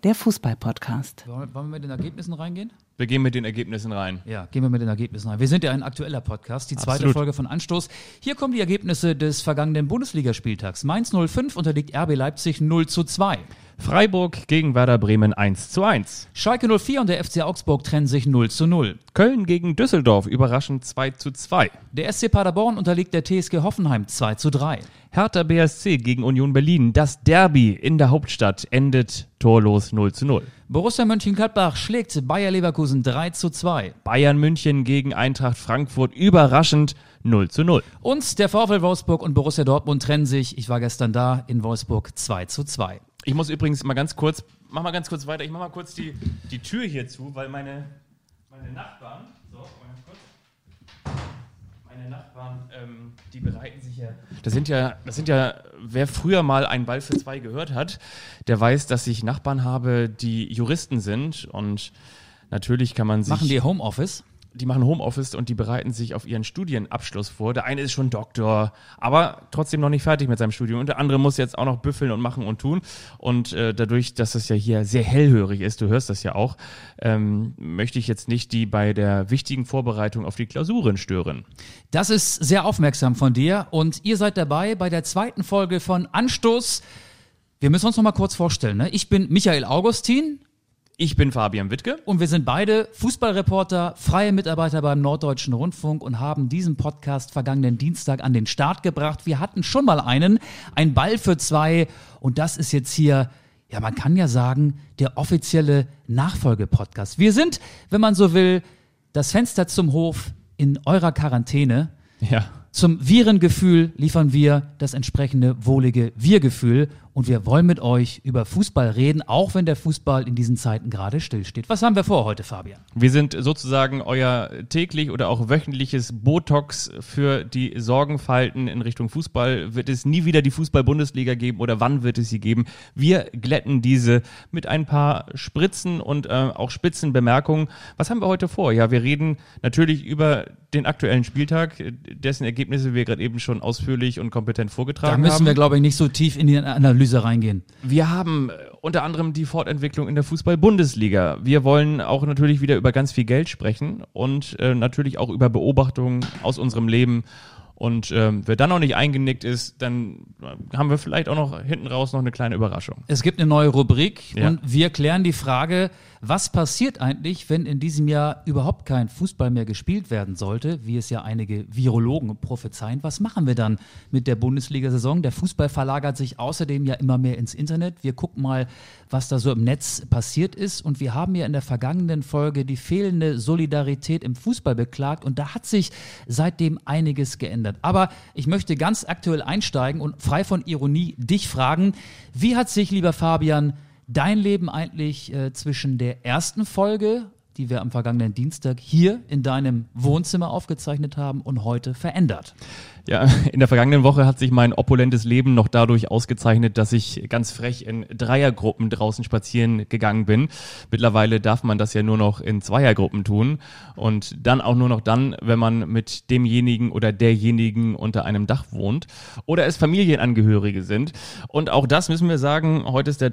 der Fußball-Podcast. Wollen wir mit den Ergebnissen reingehen? Wir gehen mit den Ergebnissen rein. Ja, gehen wir mit den Ergebnissen rein. Wir sind ja ein aktueller Podcast, die zweite Absolut. Folge von Anstoß. Hier kommen die Ergebnisse des vergangenen Bundesligaspieltags. Mainz 05 unterliegt RB Leipzig 0:2. Freiburg gegen Werder Bremen 1:1. Schalke 04 und der FC Augsburg trennen sich 0:0. Köln gegen Düsseldorf überraschend 2:2. Der SC Paderborn unterliegt der TSG Hoffenheim 2:3. Hertha BSC gegen Union Berlin. Das Derby in der Hauptstadt endet torlos 0:0. Borussia Mönchengladbach schlägt Bayer Leverkusen 3:2. Bayern München gegen Eintracht Frankfurt überraschend 0:0. Und der VfL Wolfsburg und Borussia Dortmund trennen sich, ich war gestern da, in Wolfsburg 2:2. Ich muss übrigens mal ganz kurz, mach mal ganz kurz weiter, ich mach mal kurz die Tür hier zu, weil meine Nachbarn, meine Nachbarn, die bereiten sich ja, das sind ja, wer früher mal einen Ball für zwei gehört hat, der weiß, dass ich Nachbarn habe, die Juristen sind und natürlich kann man sich... Machen die Homeoffice? Die machen Homeoffice und die bereiten sich auf ihren Studienabschluss vor. Der eine ist schon Doktor, aber trotzdem noch nicht fertig mit seinem Studium. Und der andere muss jetzt auch noch büffeln und machen und tun. Und dadurch, dass es ja hier sehr hellhörig ist, du hörst das ja auch, möchte ich jetzt nicht die bei der wichtigen Vorbereitung auf die Klausuren stören. Das ist sehr aufmerksam von dir und ihr seid dabei bei der zweiten Folge von Anstoß. Wir müssen uns noch mal kurz vorstellen, ne? Ich bin Michael Augustin. Ich bin Fabian Wittke. Und wir sind beide Fußballreporter, freie Mitarbeiter beim Norddeutschen Rundfunk und haben diesen Podcast vergangenen Dienstag an den Start gebracht. Wir hatten schon mal ein Ball für zwei und das ist jetzt hier, ja man kann ja sagen, der offizielle Nachfolgepodcast. Wir sind, wenn man so will, das Fenster zum Hof in eurer Quarantäne. Ja. Zum Virengefühl liefern wir das entsprechende wohlige Wir-Gefühl und wir wollen mit euch über Fußball reden, auch wenn der Fußball in diesen Zeiten gerade stillsteht. Was haben wir vor heute, Fabian? Wir sind sozusagen euer täglich oder auch wöchentliches Botox für die Sorgenfalten in Richtung Fußball. Wird es nie wieder die Fußball-Bundesliga geben oder wann wird es sie geben? Wir glätten diese mit ein paar Spritzen und auch spitzen Bemerkungen. Was haben wir heute vor? Ja, wir reden natürlich über den aktuellen Spieltag, dessen Ergebnisse wir gerade eben schon ausführlich und kompetent vorgetragen haben. Da müssen wir, glaube ich, nicht so tief in die Analyse reingehen. Wir haben unter anderem die Fortentwicklung in der Fußball-Bundesliga. Wir wollen auch natürlich wieder über ganz viel Geld sprechen und natürlich auch über Beobachtungen aus unserem Leben. Und wer dann noch nicht eingenickt ist, dann haben wir vielleicht auch noch hinten raus noch eine kleine Überraschung. Es gibt eine neue Rubrik Ja. und wir klären die Frage, was passiert eigentlich, wenn in diesem Jahr überhaupt kein Fußball mehr gespielt werden sollte, wie es ja einige Virologen prophezeien. Was machen wir dann mit der Bundesliga-Saison? Der Fußball verlagert sich außerdem ja immer mehr ins Internet. Wir gucken mal, was da so im Netz passiert ist. Und wir haben ja in der vergangenen Folge die fehlende Solidarität im Fußball beklagt. Und da hat sich seitdem einiges geändert. Aber ich möchte ganz aktuell einsteigen und frei von Ironie dich fragen, wie hat sich, lieber Fabian, dein Leben eigentlich zwischen der ersten Folge, die wir am vergangenen Dienstag hier in deinem Wohnzimmer aufgezeichnet haben, und heute verändert? Ja, in der vergangenen Woche hat sich mein opulentes Leben noch dadurch ausgezeichnet, dass ich ganz frech in Dreiergruppen draußen spazieren gegangen bin. Mittlerweile darf man das ja nur noch in Zweiergruppen tun und dann auch nur noch dann, wenn man mit demjenigen oder derjenigen unter einem Dach wohnt oder es Familienangehörige sind. Und auch das müssen wir sagen, heute ist der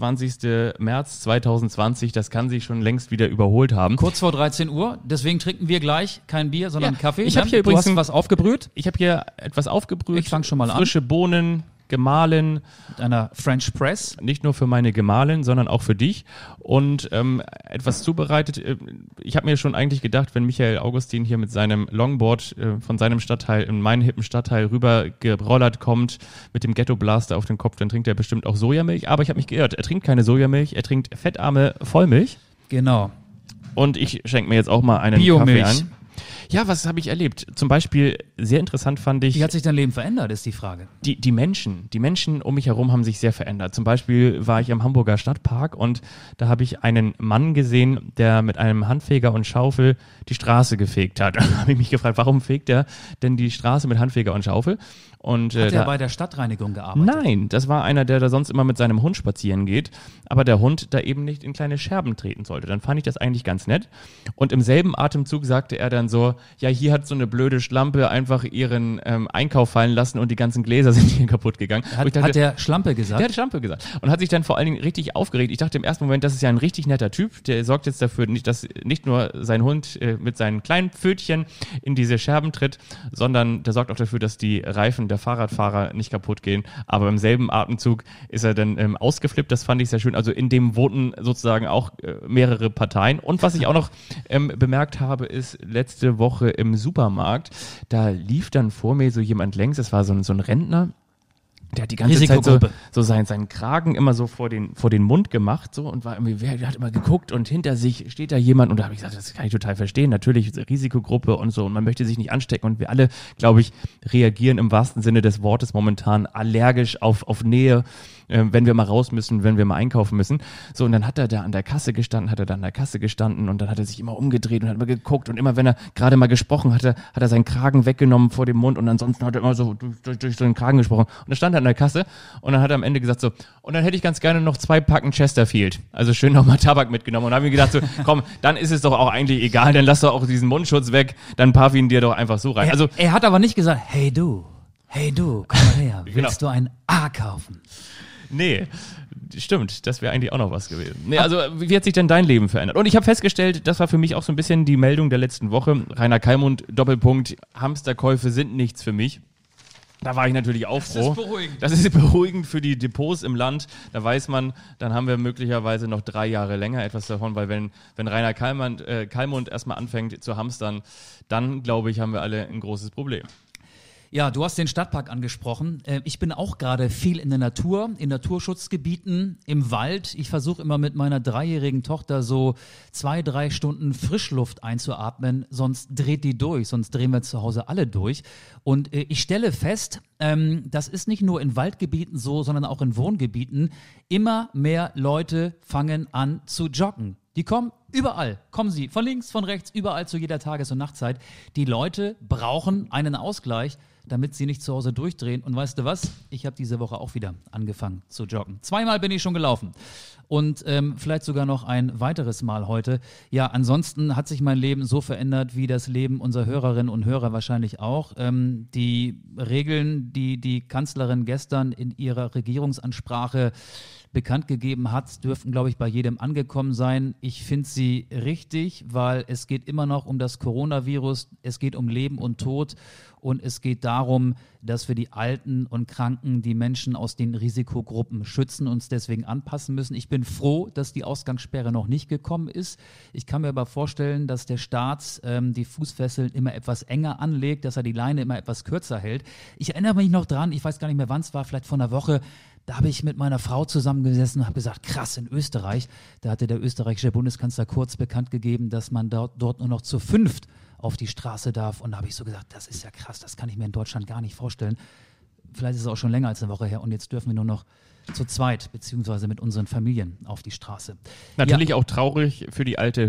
23. März 2020, das kann sich schon längst wieder überholt haben. Kurz vor 13 Uhr, deswegen trinken wir gleich kein Bier, sondern Ja, Kaffee. ich hab hier du übrigens hast was aufgebrüht Ich habe hier etwas aufgebrüht. Ich fang schon mal an. Frische Bohnen, gemahlen. mit einer French Press. Nicht nur für meine Gemahlin, sondern auch für dich. Und etwas zubereitet. Ich habe mir schon eigentlich gedacht, wenn Michael Augustin hier mit seinem Longboard von seinem Stadtteil in meinen hippen Stadtteil rüber gerollert kommt, mit dem Ghetto-Blaster auf den Kopf, dann trinkt er bestimmt auch Sojamilch. Aber ich habe mich geirrt. Er trinkt keine Sojamilch, er trinkt fettarme Vollmilch. Genau. Und ich schenke mir jetzt auch mal einen Biomilch. Kaffee ein. Ja, was habe ich erlebt? Zum Beispiel, sehr interessant fand ich... Wie hat sich dein Leben verändert, ist die Frage. Die Menschen um mich herum haben sich sehr verändert. Zum Beispiel war ich am Hamburger Stadtpark und da habe ich einen Mann gesehen, der mit einem Handfeger und Schaufel die Straße gefegt hat. Da habe ich mich gefragt, warum fegt er denn die Straße mit Handfeger und Schaufel? Und, Hat er bei der Stadtreinigung gearbeitet? Nein, das war einer, der da sonst immer mit seinem Hund spazieren geht, aber der Hund da eben nicht in kleine Scherben treten sollte. Dann fand ich das eigentlich ganz nett. Und im selben Atemzug sagte er dann so, ja, hier hat so eine blöde Schlampe einfach ihren Einkauf fallen lassen und die ganzen Gläser sind hier kaputt gegangen. Hat der Schlampe gesagt? Der hat Schlampe gesagt. Und hat sich dann vor allen Dingen richtig aufgeregt. Ich dachte im ersten Moment, das ist ja ein richtig netter Typ. Der sorgt jetzt dafür, dass nicht nur sein Hund mit seinen kleinen Pfötchen in diese Scherben tritt, sondern der sorgt auch dafür, dass die Reifen der Fahrradfahrer nicht kaputt gehen. Aber im selben Atemzug ist er dann ausgeflippt. Das fand ich sehr schön. Also in dem voten sozusagen auch mehrere Parteien. Und was ich auch noch bemerkt habe, ist letzte Woche im Supermarkt, da lief dann vor mir so jemand längs, es war so ein Rentner, der hat die ganze Zeit so seinen Kragen immer so vor den Mund gemacht so und war irgendwie, der hat immer geguckt und hinter sich steht da jemand und da habe ich gesagt, das kann ich total verstehen, natürlich Risikogruppe und so und man möchte sich nicht anstecken und wir alle, glaube ich, reagieren im wahrsten Sinne des Wortes momentan allergisch auf Nähe, wenn wir mal raus müssen, wenn wir mal einkaufen müssen. So, und dann hat er da an der Kasse gestanden und dann hat er sich immer umgedreht und hat immer geguckt und immer, wenn er gerade mal gesprochen hatte, hat er seinen Kragen weggenommen vor dem Mund und ansonsten hat er immer so durch so den Kragen gesprochen. Und dann stand er an der Kasse und dann hat er am Ende gesagt so, und dann hätte ich ganz gerne noch 2 Packen Chesterfield. Also schön nochmal Tabak mitgenommen und habe mir gedacht so, komm, dann ist es doch auch eigentlich egal, dann lass doch auch diesen Mundschutz weg, dann paff ihn dir doch einfach so rein. Also er hat aber nicht gesagt, hey du, komm mal her, willst du ein A kaufen? Nee, stimmt, das wäre eigentlich auch noch was gewesen. Nee, also wie hat sich denn dein Leben verändert? Und ich habe festgestellt, das war für mich auch so ein bisschen die Meldung der letzten Woche. Rainer Kallmund, Doppelpunkt, Hamsterkäufe sind nichts für mich. Da war ich natürlich auch froh. Das ist beruhigend für die Depots im Land. Da weiß man, dann haben wir möglicherweise noch 3 Jahre länger etwas davon, weil wenn Rainer Kallmund erstmal anfängt zu hamstern, dann, glaube ich, haben wir alle ein großes Problem. Ja, du hast den Stadtpark angesprochen. Ich bin auch gerade viel in der Natur, in Naturschutzgebieten, im Wald. Ich versuche immer mit meiner 3-jährigen Tochter so 2-3 Stunden Frischluft einzuatmen, sonst dreht die durch, sonst drehen wir zu Hause alle durch. Und ich stelle fest, das ist nicht nur in Waldgebieten so, sondern auch in Wohngebieten. Immer mehr Leute fangen an zu joggen. Die kommen überall, kommen sie von links, von rechts, überall zu jeder Tages- und Nachtzeit. Die Leute brauchen einen Ausgleich, damit sie nicht zu Hause durchdrehen. Und weißt du was? Ich habe diese Woche auch wieder angefangen zu joggen. 2-mal bin ich schon gelaufen und vielleicht sogar noch ein weiteres Mal heute. Ja, ansonsten hat sich mein Leben so verändert, wie das Leben unserer Hörerinnen und Hörer wahrscheinlich auch. Die Regeln, die die Kanzlerin gestern in ihrer Regierungsansprache bekannt gegeben hat, dürften, glaube ich, bei jedem angekommen sein. Ich finde sie richtig, weil es geht immer noch um das Coronavirus, es geht um Leben und Tod und es geht darum, dass wir die Alten und Kranken, die Menschen aus den Risikogruppen schützen, uns deswegen anpassen müssen. Ich bin froh, dass die Ausgangssperre noch nicht gekommen ist. Ich kann mir aber vorstellen, dass der Staat die Fußfesseln immer etwas enger anlegt, dass er die Leine immer etwas kürzer hält. Ich erinnere mich noch dran, ich weiß gar nicht mehr, wann es war, vielleicht vor einer Woche, da habe ich mit meiner Frau zusammengesessen und habe gesagt, krass, in Österreich, da hatte der österreichische Bundeskanzler Kurz bekannt gegeben, dass man dort nur noch zu 5 auf die Straße darf. Und da habe ich so gesagt, das ist ja krass, das kann ich mir in Deutschland gar nicht vorstellen. Vielleicht ist es auch schon länger als eine Woche her und jetzt dürfen wir nur noch zu zweit, beziehungsweise mit unseren Familien auf die Straße. Natürlich auch traurig für die alte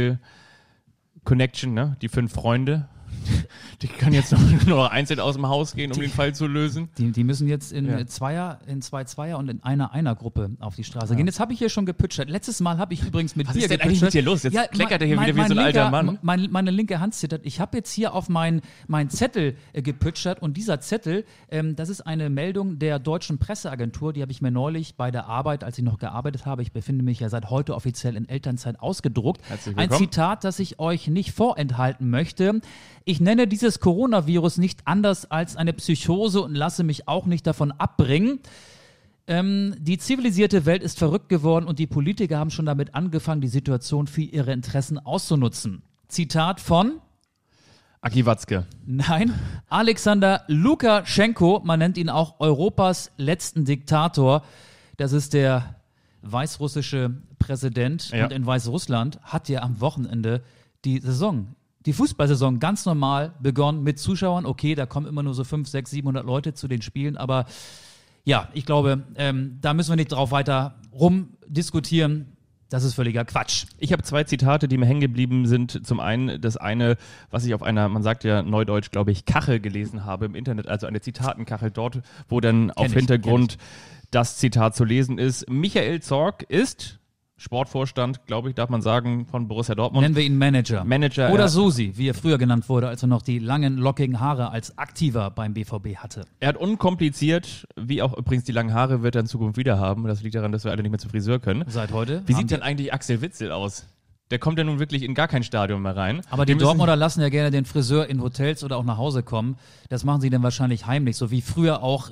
Hörspiel-Connection, ne? Die 5 Freunde. Die können jetzt nur noch einzeln aus dem Haus gehen, um den Fall zu lösen. Die müssen jetzt in zwei Zweier und in einer Gruppe auf die Straße gehen. Jetzt habe ich hier schon gepitchert. Letztes Mal habe ich übrigens mit dir gepitchert. Was ist denn eigentlich mit dir los? Jetzt kleckert er hier wieder wie so ein alter Mann. Meine linke Hand zittert. Ich habe jetzt hier auf meinen Zettel gepitchert und dieser Zettel, das ist eine Meldung der Deutschen Presseagentur, die habe ich mir neulich bei der Arbeit, als ich noch gearbeitet habe, ich befinde mich ja seit heute offiziell in Elternzeit, ausgedruckt. Ein Zitat, das ich euch nicht vorenthalten möchte. Ich nenne dieses Coronavirus nicht anders als eine Psychose und lasse mich auch nicht davon abbringen. Die zivilisierte Welt ist verrückt geworden und die Politiker haben schon damit angefangen, die Situation für ihre Interessen auszunutzen. Zitat von Aki Watzke. Nein, Alexander Lukaschenko, man nennt ihn auch Europas letzten Diktator. Das ist der weißrussische Präsident und in Weißrussland hat ja am Wochenende die Fußballsaison ganz normal begonnen mit Zuschauern. Okay, da kommen immer nur so 500, 600, 700 Leute zu den Spielen, aber ja, ich glaube, da müssen wir nicht drauf weiter rumdiskutieren. Das ist völliger Quatsch. Ich habe 2 Zitate, die mir hängen geblieben sind. Zum einen das eine, was ich auf einer, man sagt ja neudeutsch, glaube ich, Kachel gelesen habe im Internet, also eine Zitatenkachel dort, wo dann auf Hintergrund das Zitat zu lesen ist. Michael Zorc ist Sportvorstand, glaube ich, darf man sagen, von Borussia Dortmund. Nennen wir ihn Manager. Manager. Oder Susi, wie er früher genannt wurde, als er noch die langen, lockigen Haare als Aktiver beim BVB hatte. Er hat unkompliziert, wie auch übrigens die langen Haare, wird er in Zukunft wieder haben. Das liegt daran, dass wir alle nicht mehr zum Friseur können. Seit heute. Wie sieht denn eigentlich Axel Witsel aus? Der kommt ja nun wirklich in gar kein Stadion mehr rein. Aber die Dortmunder lassen ja gerne den Friseur in Hotels oder auch nach Hause kommen. Das machen sie dann wahrscheinlich heimlich, so wie früher auch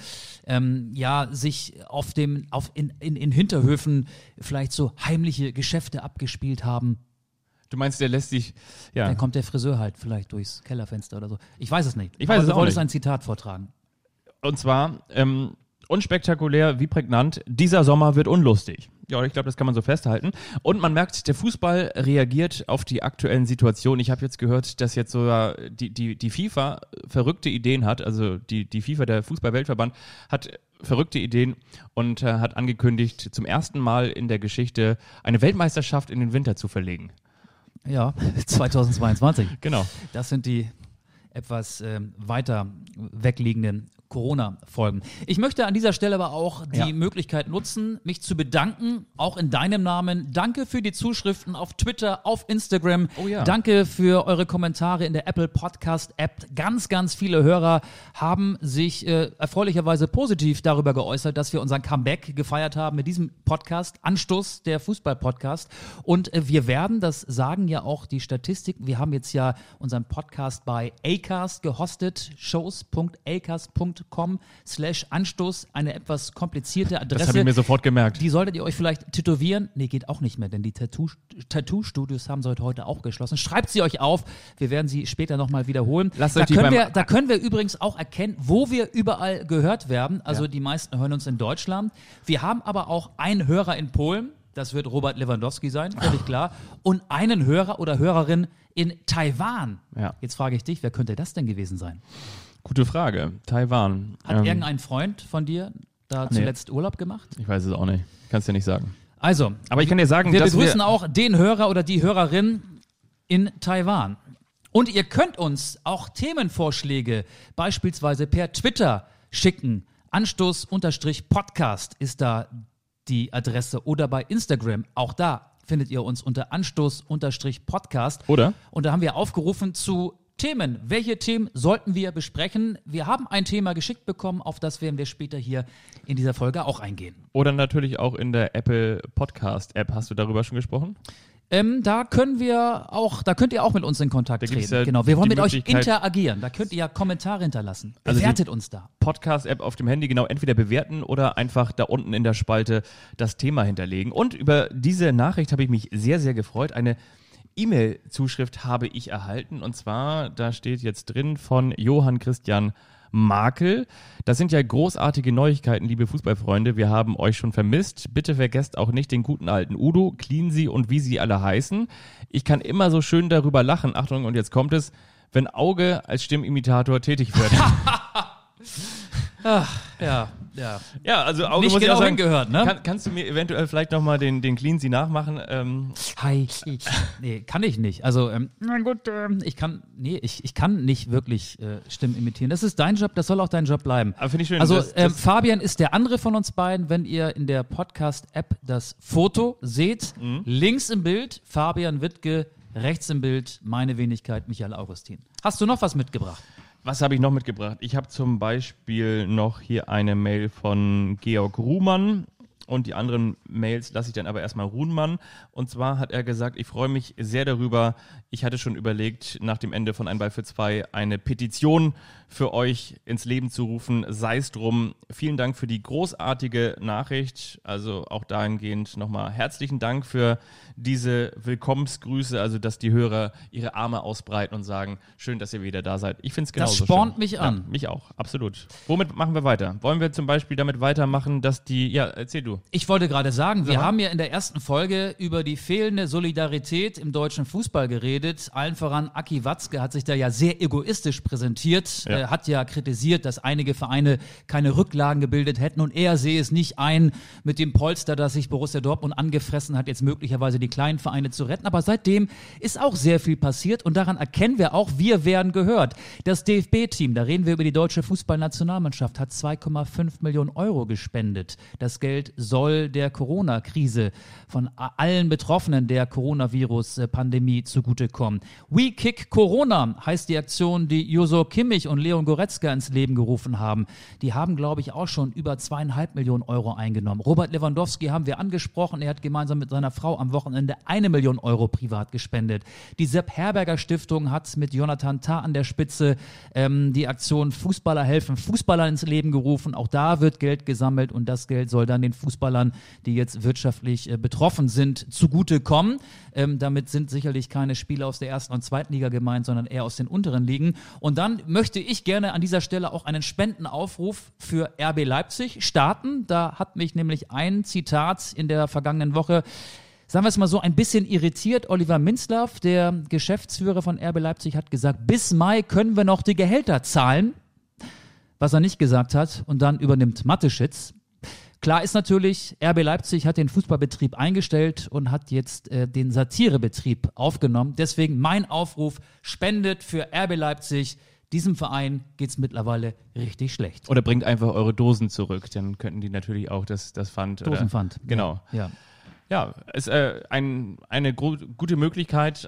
sich in Hinterhöfen vielleicht so heimliche Geschäfte abgespielt haben. Du meinst, der lässt sich, ja. Dann kommt der Friseur halt vielleicht durchs Kellerfenster oder so. Ich weiß es nicht. Ich weiß es auch nicht. Du wolltest ein Zitat vortragen. Und zwar, unspektakulär wie prägnant, dieser Sommer wird unlustig. Ja, ich glaube, das kann man so festhalten. Und man merkt, der Fußball reagiert auf die aktuellen Situationen. Ich habe jetzt gehört, dass jetzt sogar die FIFA verrückte Ideen hat. Also die FIFA, der Fußball-Weltverband, hat verrückte Ideen und hat angekündigt, zum ersten Mal in der Geschichte eine Weltmeisterschaft in den Winter zu verlegen. Ja, 2022. Genau. Das sind die etwas weiter wegliegenden Corona-Folgen. Ich möchte an dieser Stelle aber auch die Möglichkeit nutzen, mich zu bedanken, auch in deinem Namen. Danke für die Zuschriften auf Twitter, auf Instagram. Oh ja. Danke für eure Kommentare in der Apple Podcast App. Ganz, ganz viele Hörer haben sich erfreulicherweise positiv darüber geäußert, dass wir unseren Comeback gefeiert haben mit diesem Podcast, Anstoß, der Fußball-Podcast. Und wir werden, das sagen ja auch die Statistiken, wir haben jetzt ja unseren Podcast bei Acast gehostet, shows.acast.com/Anstoß, eine etwas komplizierte Adresse. Das habe ich mir sofort gemerkt. Die solltet ihr euch vielleicht tätowieren. Nee, geht auch nicht mehr, denn die Tattoo-Studios haben sie heute auch geschlossen. Schreibt sie euch auf. Wir werden sie später nochmal wiederholen. Da können wir übrigens auch erkennen, wo wir überall gehört werden. Also die meisten hören uns in Deutschland. Wir haben aber auch einen Hörer in Polen. Das wird Robert Lewandowski sein, völlig klar. Und einen Hörer oder Hörerin in Taiwan. Ja. Jetzt frage ich dich, wer könnte das denn gewesen sein? Gute Frage. Taiwan. Hat irgendein Freund von dir da zuletzt Urlaub gemacht? Ich weiß es auch nicht. Kannst dir nicht sagen. Also, aber ich kann dir sagen, wir begrüßen auch den Hörer oder die Hörerin in Taiwan. Und ihr könnt uns auch Themenvorschläge beispielsweise per Twitter schicken. Anstoß_Podcast ist da die Adresse oder bei Instagram. Auch da findet ihr uns unter Anstoß_Podcast. Oder? Und da haben wir aufgerufen zu Themen. Welche Themen sollten wir besprechen? Wir haben ein Thema geschickt bekommen, auf das werden wir später hier in dieser Folge auch eingehen. Oder natürlich auch in der Apple Podcast App. Hast du darüber schon gesprochen? Da könnt ihr auch mit uns in Kontakt treten. Genau, wir wollen mit euch interagieren. Da könnt ihr ja Kommentare hinterlassen. Bewertet uns da. Podcast-App auf dem Handy, genau, entweder bewerten oder einfach da unten in der Spalte das Thema hinterlegen. Und über diese Nachricht habe ich mich sehr, sehr gefreut. Eine E-Mail-Zuschrift habe ich erhalten. Und zwar, da steht jetzt drin von Johann Christian Makel. Das sind ja großartige Neuigkeiten, liebe Fußballfreunde. Wir haben euch schon vermisst. Bitte vergesst auch nicht den guten alten Udo, Cleansy und wie sie alle heißen. Ich kann immer so schön darüber lachen. Achtung, und jetzt kommt es, wenn Auge als Stimmimitator tätig wird. Ach, ja. Ja, also Auge nicht muss genau ich auch sagen, hingehört, ne? Kannst du mir eventuell vielleicht nochmal den Cleansy nachmachen? Hi. Nee, kann ich nicht. Also, na gut, ich kann nicht wirklich Stimmen imitieren. Das ist dein Job, das soll auch dein Job bleiben. Aber finde ich schön. Also, Fabian ist der andere von uns beiden. Wenn ihr in der Podcast-App das Foto seht, links im Bild Fabian Wittke, rechts im Bild meine Wenigkeit Michael Augustin. Hast du noch was mitgebracht? Was habe ich noch mitgebracht? Ich habe zum Beispiel noch hier eine Mail von Georg Ruhmann und die anderen Mails lasse ich dann aber erstmal Ruhnmann. Und zwar hat er gesagt, ich freue mich sehr darüber. Ich hatte schon überlegt, nach dem Ende von Ein Ball für zwei eine Petition für euch ins Leben zu rufen. Sei es drum. Vielen Dank für die großartige Nachricht. Also auch dahingehend nochmal herzlichen Dank für diese Willkommensgrüße, also dass die Hörer ihre Arme ausbreiten und sagen, schön, dass ihr wieder da seid. Ich finde es genauso schön. Das spornt mich an. Ja, mich auch, absolut. Womit machen wir weiter? Wollen wir zum Beispiel damit weitermachen, dass erzähl du. Ich wollte gerade sagen, wir haben ja in der ersten Folge über die fehlende Solidarität im deutschen Fußball geredet. Allen voran Aki Watzke hat sich da ja sehr egoistisch präsentiert, hat ja kritisiert, dass einige Vereine keine Rücklagen gebildet hätten und er sehe es nicht ein, mit dem Polster, das sich Borussia Dortmund angefressen hat, jetzt möglicherweise die kleinen Vereine zu retten. Aber seitdem ist auch sehr viel passiert und daran erkennen wir auch, wir werden gehört. Das DFB-Team, da reden wir über die deutsche Fußballnationalmannschaft, hat 2,5 Millionen Euro gespendet. Das Geld soll der Corona-Krise von allen Betroffenen der Coronavirus-Pandemie zugutekommen. We Kick Corona heißt die Aktion, die Jozo Kimmich und Leon Goretzka ins Leben gerufen haben. Die haben, glaube ich, auch schon über 2,5 Millionen Euro eingenommen. Robert Lewandowski haben wir angesprochen. Er hat gemeinsam mit seiner Frau am Wochenende 1 Million Euro privat gespendet. Die Sepp Herberger Stiftung hat mit Jonathan Tah an der Spitze die Aktion Fußballer helfen Fußballern ins Leben gerufen. Auch da wird Geld gesammelt und das Geld soll dann den Fußballern, die jetzt wirtschaftlich betroffen sind, zugutekommen. Damit sind sicherlich keine Spieler aus der ersten und zweiten Liga gemeint, sondern eher aus den unteren Ligen. Und dann möchte ich gerne an dieser Stelle auch einen Spendenaufruf für RB Leipzig starten. Da hat mich nämlich ein Zitat in der vergangenen Woche, sagen wir es mal so, ein bisschen irritiert. Oliver Minzlaff, der Geschäftsführer von RB Leipzig, hat gesagt, bis Mai können wir noch die Gehälter zahlen. Was er nicht gesagt hat. Und dann übernimmt Mateschitz. Klar ist natürlich, RB Leipzig hat den Fußballbetrieb eingestellt und hat jetzt den Satirebetrieb aufgenommen. Deswegen mein Aufruf, spendet für RB Leipzig. Diesem Verein geht es mittlerweile richtig schlecht. Oder bringt einfach eure Dosen zurück, dann könnten die natürlich auch das Pfand. Dosenpfand. Genau. Ja. Ja, ist eine gute Möglichkeit,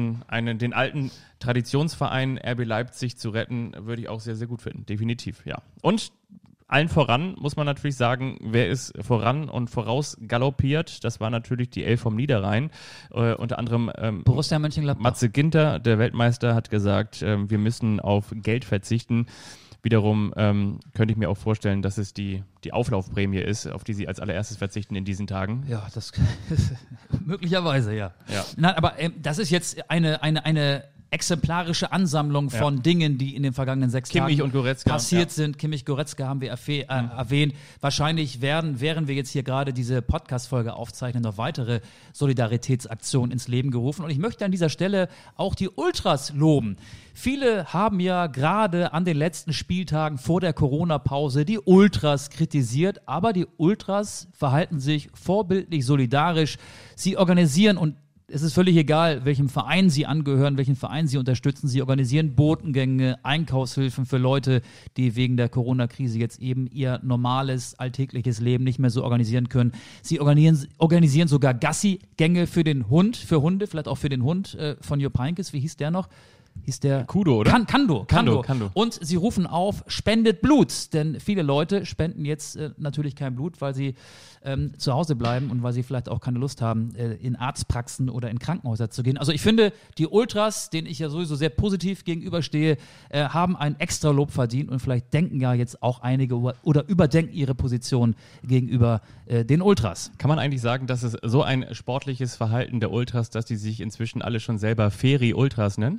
den alten Traditionsverein RB Leipzig zu retten, würde ich auch sehr, sehr gut finden. Definitiv, ja. Und allen voran muss man natürlich sagen, wer ist voran und voraus galoppiert? Das war natürlich die Elf vom Niederrhein. Unter anderem Borussia Mönchengladbach. Matze Ginter, der Weltmeister, hat gesagt, wir müssen auf Geld verzichten. Wiederum könnte ich mir auch vorstellen, dass es die Auflaufprämie ist, auf die sie als allererstes verzichten in diesen Tagen. Ja, das möglicherweise, ja. Ja. Nein, aber das ist jetzt eine exemplarische Ansammlung von Dingen, die in den vergangenen 6 Kimmich Tagen und Goretzka passiert sind. Kimmich, Goretzka haben wir erwähnt. Wahrscheinlich während wir jetzt hier gerade diese Podcast-Folge aufzeichnen, noch weitere Solidaritätsaktionen ins Leben gerufen. Und ich möchte an dieser Stelle auch die Ultras loben. Viele haben ja gerade an den letzten Spieltagen vor der Corona-Pause die Ultras kritisiert, aber die Ultras verhalten sich vorbildlich solidarisch. Sie organisieren, und es ist völlig egal, welchem Verein sie angehören, welchen Verein sie unterstützen. Sie organisieren Botengänge, Einkaufshilfen für Leute, die wegen der Corona-Krise jetzt eben ihr normales, alltägliches Leben nicht mehr so organisieren können. Sie organisieren sogar Gassi-Gänge für Hunde, vielleicht auch für den Hund von Jupp Heynckes. Wie hieß der noch? Hieß der Kudo, oder? Kando. Kando. Und sie rufen auf, spendet Blut, denn viele Leute spenden jetzt natürlich kein Blut, weil sie zu Hause bleiben und weil sie vielleicht auch keine Lust haben, in Arztpraxen oder in Krankenhäuser zu gehen. Also ich finde, die Ultras, denen ich ja sowieso sehr positiv gegenüberstehe, haben ein extra Lob verdient und vielleicht denken ja jetzt auch einige oder überdenken ihre Position gegenüber den Ultras. Kann man eigentlich sagen, dass es so ein sportliches Verhalten der Ultras, dass die sich inzwischen alle schon selber Feri-Ultras nennen?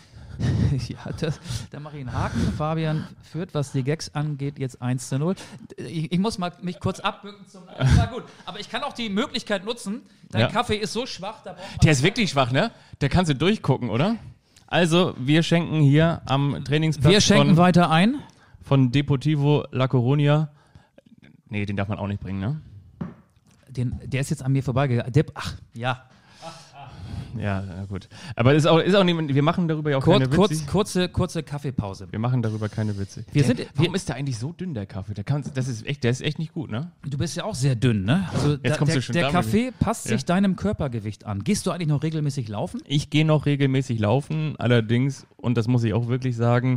Ja, da mache ich einen Haken. Fabian führt, was die Gags angeht, jetzt 1:0. Ich muss mal mich kurz abbücken zum. Na gut, aber ich kann auch die Möglichkeit nutzen. Dein Kaffee ist so schwach, da braucht man. Der ist wirklich schwach, ne? Da kannst du durchgucken, oder? Also, wir schenken hier am Trainingsplatz weiter ein. Von Deportivo La Coruña. Nee, den darf man auch nicht bringen, ne? Der ist jetzt an mir vorbeigegangen. Ja. Ja, gut. Aber ist auch nicht, wir machen darüber ja auch keine Witze. Kurze Kaffeepause. Wir machen darüber keine Witze. Warum ist der eigentlich so dünn, der Kaffee? Der ist echt nicht gut, ne? Du bist ja auch sehr dünn, ne? Also der Kaffee passt sich deinem Körpergewicht an. Gehst du eigentlich noch regelmäßig laufen? Ich gehe noch regelmäßig laufen, allerdings, und das muss ich auch wirklich sagen,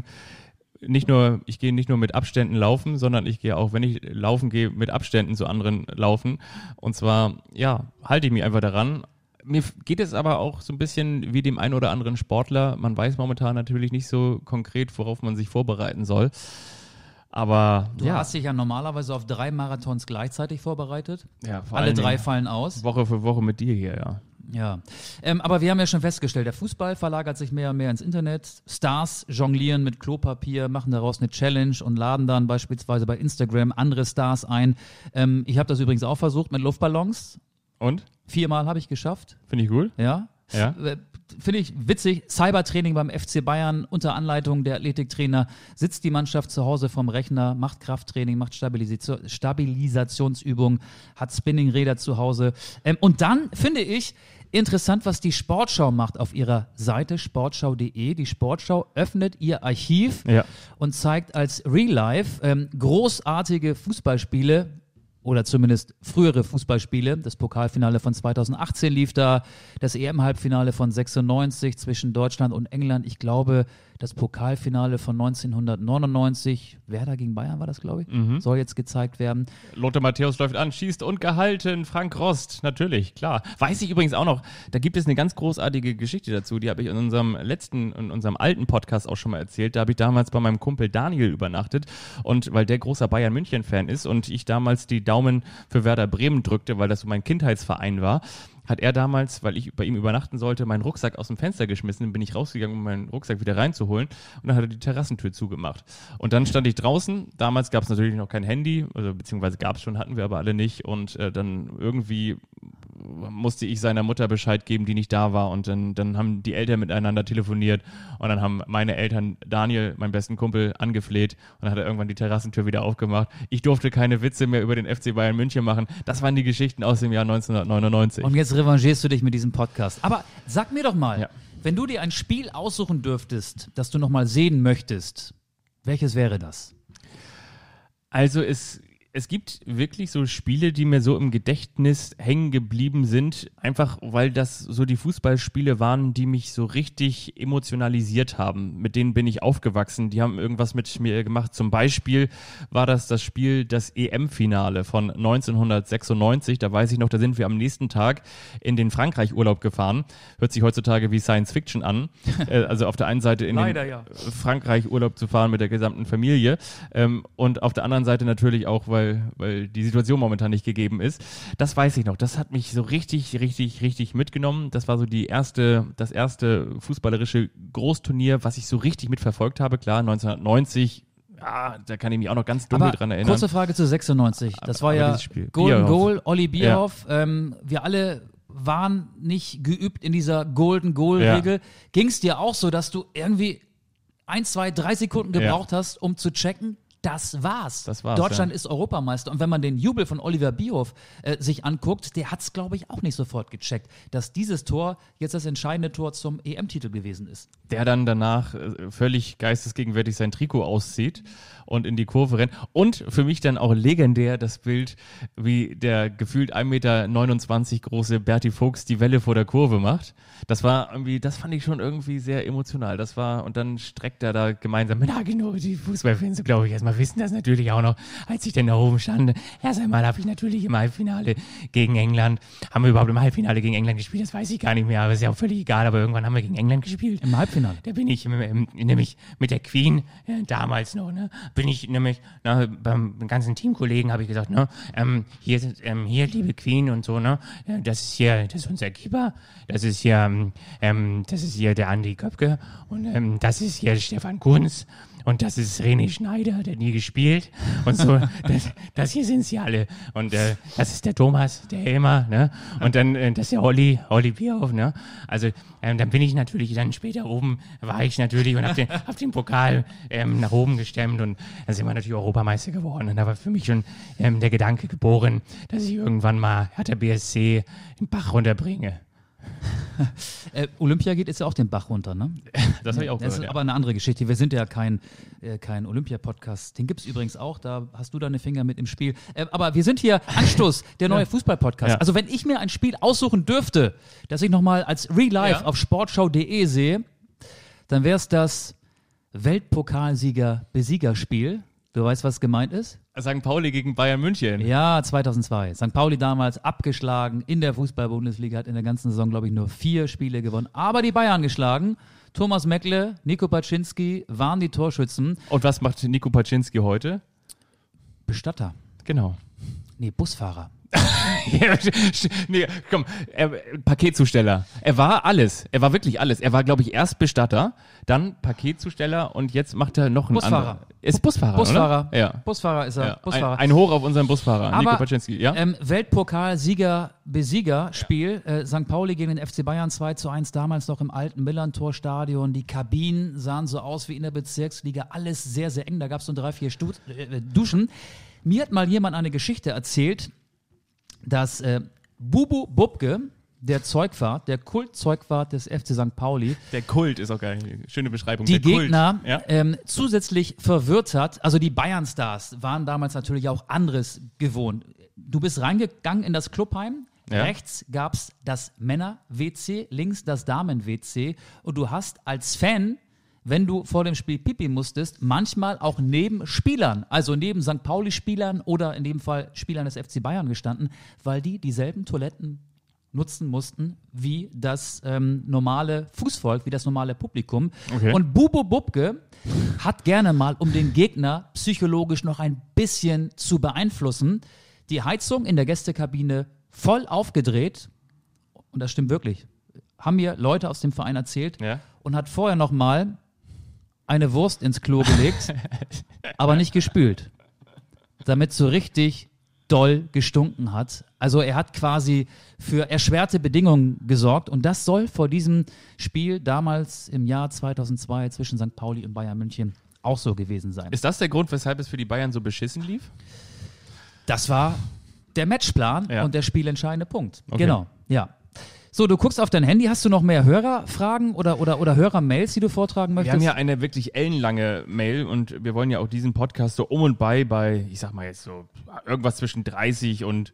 ich gehe nicht nur mit Abständen laufen, sondern ich gehe auch, wenn ich laufen gehe, mit Abständen zu anderen laufen. Und zwar, ja, halte ich mich einfach daran. Mir geht es aber auch so ein bisschen wie dem einen oder anderen Sportler. Man weiß momentan natürlich nicht so konkret, worauf man sich vorbereiten soll. Aber du hast dich ja normalerweise auf 3 Marathons gleichzeitig vorbereitet. Ja, alle 3 fallen aus. Woche für Woche mit dir hier, ja. Ja, aber wir haben ja schon festgestellt, der Fußball verlagert sich mehr und mehr ins Internet. Stars jonglieren mit Klopapier, machen daraus eine Challenge und laden dann beispielsweise bei Instagram andere Stars ein. Ich habe das übrigens auch versucht mit Luftballons. Und? 4-mal habe ich geschafft. Finde ich cool. Ja. Finde ich witzig. Cybertraining beim FC Bayern unter Anleitung der Athletiktrainer. Sitzt die Mannschaft zu Hause vorm Rechner, macht Krafttraining, macht Stabilisationsübungen, hat Spinningräder zu Hause. Und dann finde ich interessant, was die Sportschau macht auf ihrer Seite sportschau.de. Die Sportschau öffnet ihr Archiv und zeigt als Real Life großartige Fußballspiele oder zumindest frühere Fußballspiele. Das Pokalfinale von 2018 lief da, das EM-Halbfinale von 96 zwischen Deutschland und England. Ich glaube, das Pokalfinale von 1999, Werder gegen Bayern war das, glaube ich, soll jetzt gezeigt werden. Lothar Matthäus läuft an, schießt und gehalten. Frank Rost, natürlich, klar. Weiß ich übrigens auch noch, da gibt es eine ganz großartige Geschichte dazu, die habe ich in unserem alten Podcast auch schon mal erzählt. Da habe ich damals bei meinem Kumpel Daniel übernachtet und weil der großer Bayern-München-Fan ist und ich damals die Daumen für Werder Bremen drückte, weil das so mein Kindheitsverein war, hat er damals, weil ich bei ihm übernachten sollte, meinen Rucksack aus dem Fenster geschmissen, bin ich rausgegangen, um meinen Rucksack wieder reinzuholen und dann hat er die Terrassentür zugemacht. Und dann stand ich draußen, damals gab es natürlich noch kein Handy, also beziehungsweise gab es schon, hatten wir aber alle nicht und dann irgendwie musste ich seiner Mutter Bescheid geben, die nicht da war und dann haben die Eltern miteinander telefoniert und dann haben meine Eltern Daniel, meinen besten Kumpel, angefleht und dann hat er irgendwann die Terrassentür wieder aufgemacht. Ich durfte keine Witze mehr über den FC Bayern München machen. Das waren die Geschichten aus dem Jahr 1999. Und jetzt revanchierst du dich mit diesem Podcast. Aber sag mir doch mal, wenn du dir ein Spiel aussuchen dürftest, das du nochmal sehen möchtest, welches wäre das? Also es gibt wirklich so Spiele, die mir so im Gedächtnis hängen geblieben sind, einfach weil das so die Fußballspiele waren, die mich so richtig emotionalisiert haben. Mit denen bin ich aufgewachsen, die haben irgendwas mit mir gemacht. Zum Beispiel war das Spiel, das EM-Finale von 1996. Da weiß ich noch, da sind wir am nächsten Tag in den Frankreich-Urlaub gefahren. Hört sich heutzutage wie Science-Fiction an. Also auf der einen Seite in den Frankreich-Urlaub zu fahren mit der gesamten Familie und auf der anderen Seite natürlich auch, weil die Situation momentan nicht gegeben ist. Das weiß ich noch. Das hat mich so richtig mitgenommen. Das war so das erste fußballerische Großturnier, was ich so richtig mitverfolgt habe. Klar, 1990, ja, da kann ich mich auch noch ganz dunkel dran erinnern. Kurze Frage zu 96. Das war ja Golden Goal, Olli Bierhoff. Ja. Wir alle waren nicht geübt in dieser Golden Goal-Regel. Ja. Ging es dir auch so, dass du irgendwie 1, 2, 3 Sekunden gebraucht hast, um zu checken? Das war's. Deutschland ist Europameister. Und wenn man den Jubel von Oliver Bierhoff sich anguckt, der hat es, glaube ich, auch nicht sofort gecheckt, dass dieses Tor jetzt das entscheidende Tor zum EM-Titel gewesen ist. Der dann danach völlig geistesgegenwärtig sein Trikot auszieht und in die Kurve rennt. Und für mich dann auch legendär das Bild, wie der gefühlt 1,29 Meter große Berti Fuchs die Welle vor der Kurve macht. Das fand ich schon irgendwie sehr emotional. Und dann streckt er da gemeinsam mit genau, die Fußballfans, glaube ich, erstmal wissen das natürlich auch noch, als ich denn da oben stand. Erst einmal habe ich natürlich im Halbfinale gegen England, haben wir überhaupt im Halbfinale gegen England gespielt, das weiß ich gar nicht mehr, aber ist ja auch völlig egal, aber irgendwann haben wir gegen England gespielt. Im Halbfinale? Da bin ich nämlich mit der Queen, damals noch, bin ich nämlich beim ganzen Teamkollegen habe ich gesagt, hier, liebe Queen und so, das ist unser Keeper, das ist hier der Andi Köpke und das ist hier Stefan Kunz. Und das ist René Schneider, der nie gespielt. Und so, das hier sind sie alle. Und das ist der Thomas, der Helmer, ne? Und dann, das ist der Olli Bierhoff, ne? Also, dann bin ich natürlich dann später oben, war ich natürlich und hab den Pokal nach oben gestemmt und dann sind wir natürlich Europameister geworden. Und da war für mich schon der Gedanke geboren, dass ich irgendwann mal Hertha BSC den Bach runterbringe. Olympia geht jetzt ja auch den Bach runter, ne? Das habe ich auch gehört. Das ist aber eine andere Geschichte. Wir sind ja kein Olympia-Podcast. Den gibt es übrigens auch. Da hast du deine Finger mit im Spiel. Aber wir sind hier Anstoß, der neue Fußball-Podcast. Ja. Also wenn ich mir ein Spiel aussuchen dürfte, das ich nochmal als Real Life auf sportschau.de sehe, dann wäre es das Weltpokalsieger-Besiegerspiel. Du weißt, was gemeint ist? St. Pauli gegen Bayern München. Ja, 2002. St. Pauli damals abgeschlagen in der Fußball-Bundesliga, hat in der ganzen Saison, glaube ich, nur 4 Spiele gewonnen. Aber die Bayern geschlagen. Thomas Meckle, Nico Paczynski waren die Torschützen. Und was macht Nico Paczynski heute? Bestatter. Genau. Nee, Busfahrer. Nee, komm, Paketzusteller. Er war alles. Er war wirklich alles. Er war, glaube ich, erst Bestatter, dann Paketzusteller und jetzt macht er noch einen anderen. Ist Busfahrer, Busfahrer, oder? Ja. Busfahrer ist er. Ja. Busfahrer. Ein Hoch auf unseren Busfahrer, aber, Nico Paczynski. Ja? Weltpokal-Sieger-Besieger-Spiel. St. Pauli gegen den FC Bayern 2:1, damals noch im alten Millern-Torstadion. Die Kabinen sahen so aus wie in der Bezirksliga. Alles sehr, sehr eng. Da gab es nur 3-4 Duschen. Mir hat mal jemand eine Geschichte erzählt, dass Bubu Bubke, der Zeugwart, der Kultzeugwart des FC St. Pauli. Der Kult ist auch geil. Schöne Beschreibung. Die der Gegner zusätzlich verwirrt hat. Also die Bayern-Stars waren damals natürlich auch anderes gewohnt. du bist reingegangen in das Clubheim. Ja. Rechts gab es das Männer-WC, links das Damen-WC. Und du hast als Fan, wenn du vor dem Spiel pipi musstest, manchmal auch neben Spielern, also neben St. Pauli-Spielern oder in dem Fall Spielern des FC Bayern gestanden, weil die dieselben Toiletten nutzen mussten wie das normale Fußvolk, wie das normale Publikum. Okay. Und Bubo Bubke hat gerne mal, um den Gegner psychologisch noch ein bisschen zu beeinflussen, die Heizung in der Gästekabine voll aufgedreht, und das stimmt wirklich, haben mir Leute aus dem Verein erzählt, Ja. und hat vorher noch mal eine Wurst ins Klo gelegt, aber nicht gespült, damit so richtig doll gestunken hat. Also er hat quasi für erschwerte Bedingungen gesorgt, und das soll vor diesem Spiel damals im Jahr 2002 zwischen St. Pauli und Bayern München auch so gewesen sein. Ist das der Grund, weshalb es für die Bayern so beschissen lief? Das war der Matchplan Ja. und der spielentscheidende Punkt. Okay. Genau, ja. So, du guckst auf dein Handy. Hast du noch mehr Hörerfragen oder Hörermails, die du vortragen Wir möchtest? haben ja eine wirklich ellenlange Mail und wir wollen ja auch diesen Podcast so um und bei, ich sag mal jetzt so irgendwas zwischen 30 und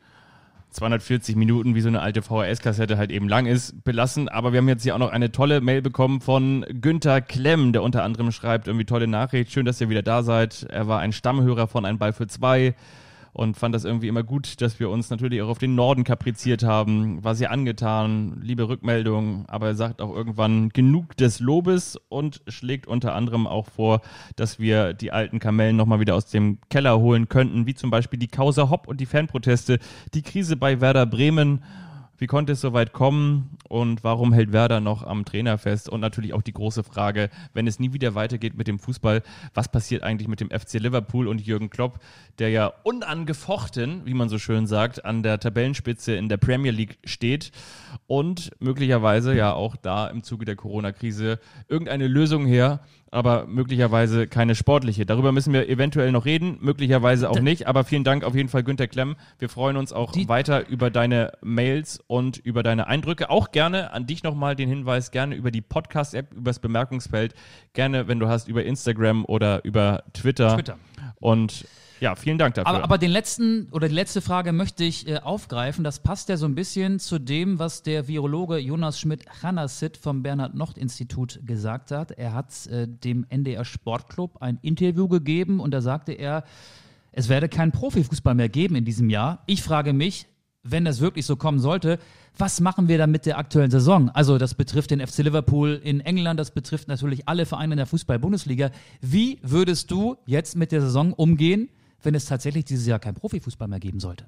240 Minuten, wie so eine alte VHS-Kassette halt eben lang ist, belassen. Aber wir haben jetzt hier auch noch eine tolle Mail bekommen von Günther Klemm, der unter anderem schreibt, irgendwie tolle Nachricht, schön, dass ihr wieder da seid. Er war ein Stammhörer von Ein Ball für zwei und fand das irgendwie immer gut, dass wir uns natürlich auch auf den Norden kapriziert haben. War sehr angetan, liebe Rückmeldung, aber er sagt auch irgendwann genug des Lobes und schlägt unter anderem auch vor, dass wir die alten Kamellen nochmal wieder aus dem Keller holen könnten, wie zum Beispiel die Causa Hopp und die Fanproteste, die Krise bei Werder Bremen. Wie konnte es so weit kommen und warum hält Werder noch am Trainer fest? Und natürlich auch die große Frage, wenn es nie wieder weitergeht mit dem Fußball, was passiert eigentlich mit dem FC Liverpool und Jürgen Klopp, der ja unangefochten, wie man so schön sagt, an der Tabellenspitze in der Premier League steht und möglicherweise ja auch da im Zuge der Corona-Krise irgendeine Lösung her, aber möglicherweise keine sportliche. Darüber müssen wir eventuell noch reden, möglicherweise auch nicht, aber vielen Dank auf jeden Fall, Günther Klemm. Wir freuen uns auch weiter über deine Mails und über deine Eindrücke. Auch gerne an dich nochmal den Hinweis, gerne über die Podcast-App, über das Bemerkungsfeld, gerne, wenn du hast, über Instagram oder über Twitter. Und ja, vielen Dank dafür. Aber die letzte Frage möchte ich aufgreifen. Das passt ja so ein bisschen zu dem, was der Virologe Jonas Schmidt-Chanassit vom Bernhard-Nocht-Institut gesagt hat. Er hat dem NDR Sportclub ein Interview gegeben und da sagte er, es werde keinen Profifußball mehr geben in diesem Jahr. Ich frage mich, wenn das wirklich so kommen sollte, was machen wir dann mit der aktuellen Saison? Also das betrifft den FC Liverpool in England, das betrifft natürlich alle Vereine in der Fußball-Bundesliga. Wie würdest du jetzt mit der Saison umgehen, wenn es tatsächlich dieses Jahr kein Profifußball mehr geben sollte?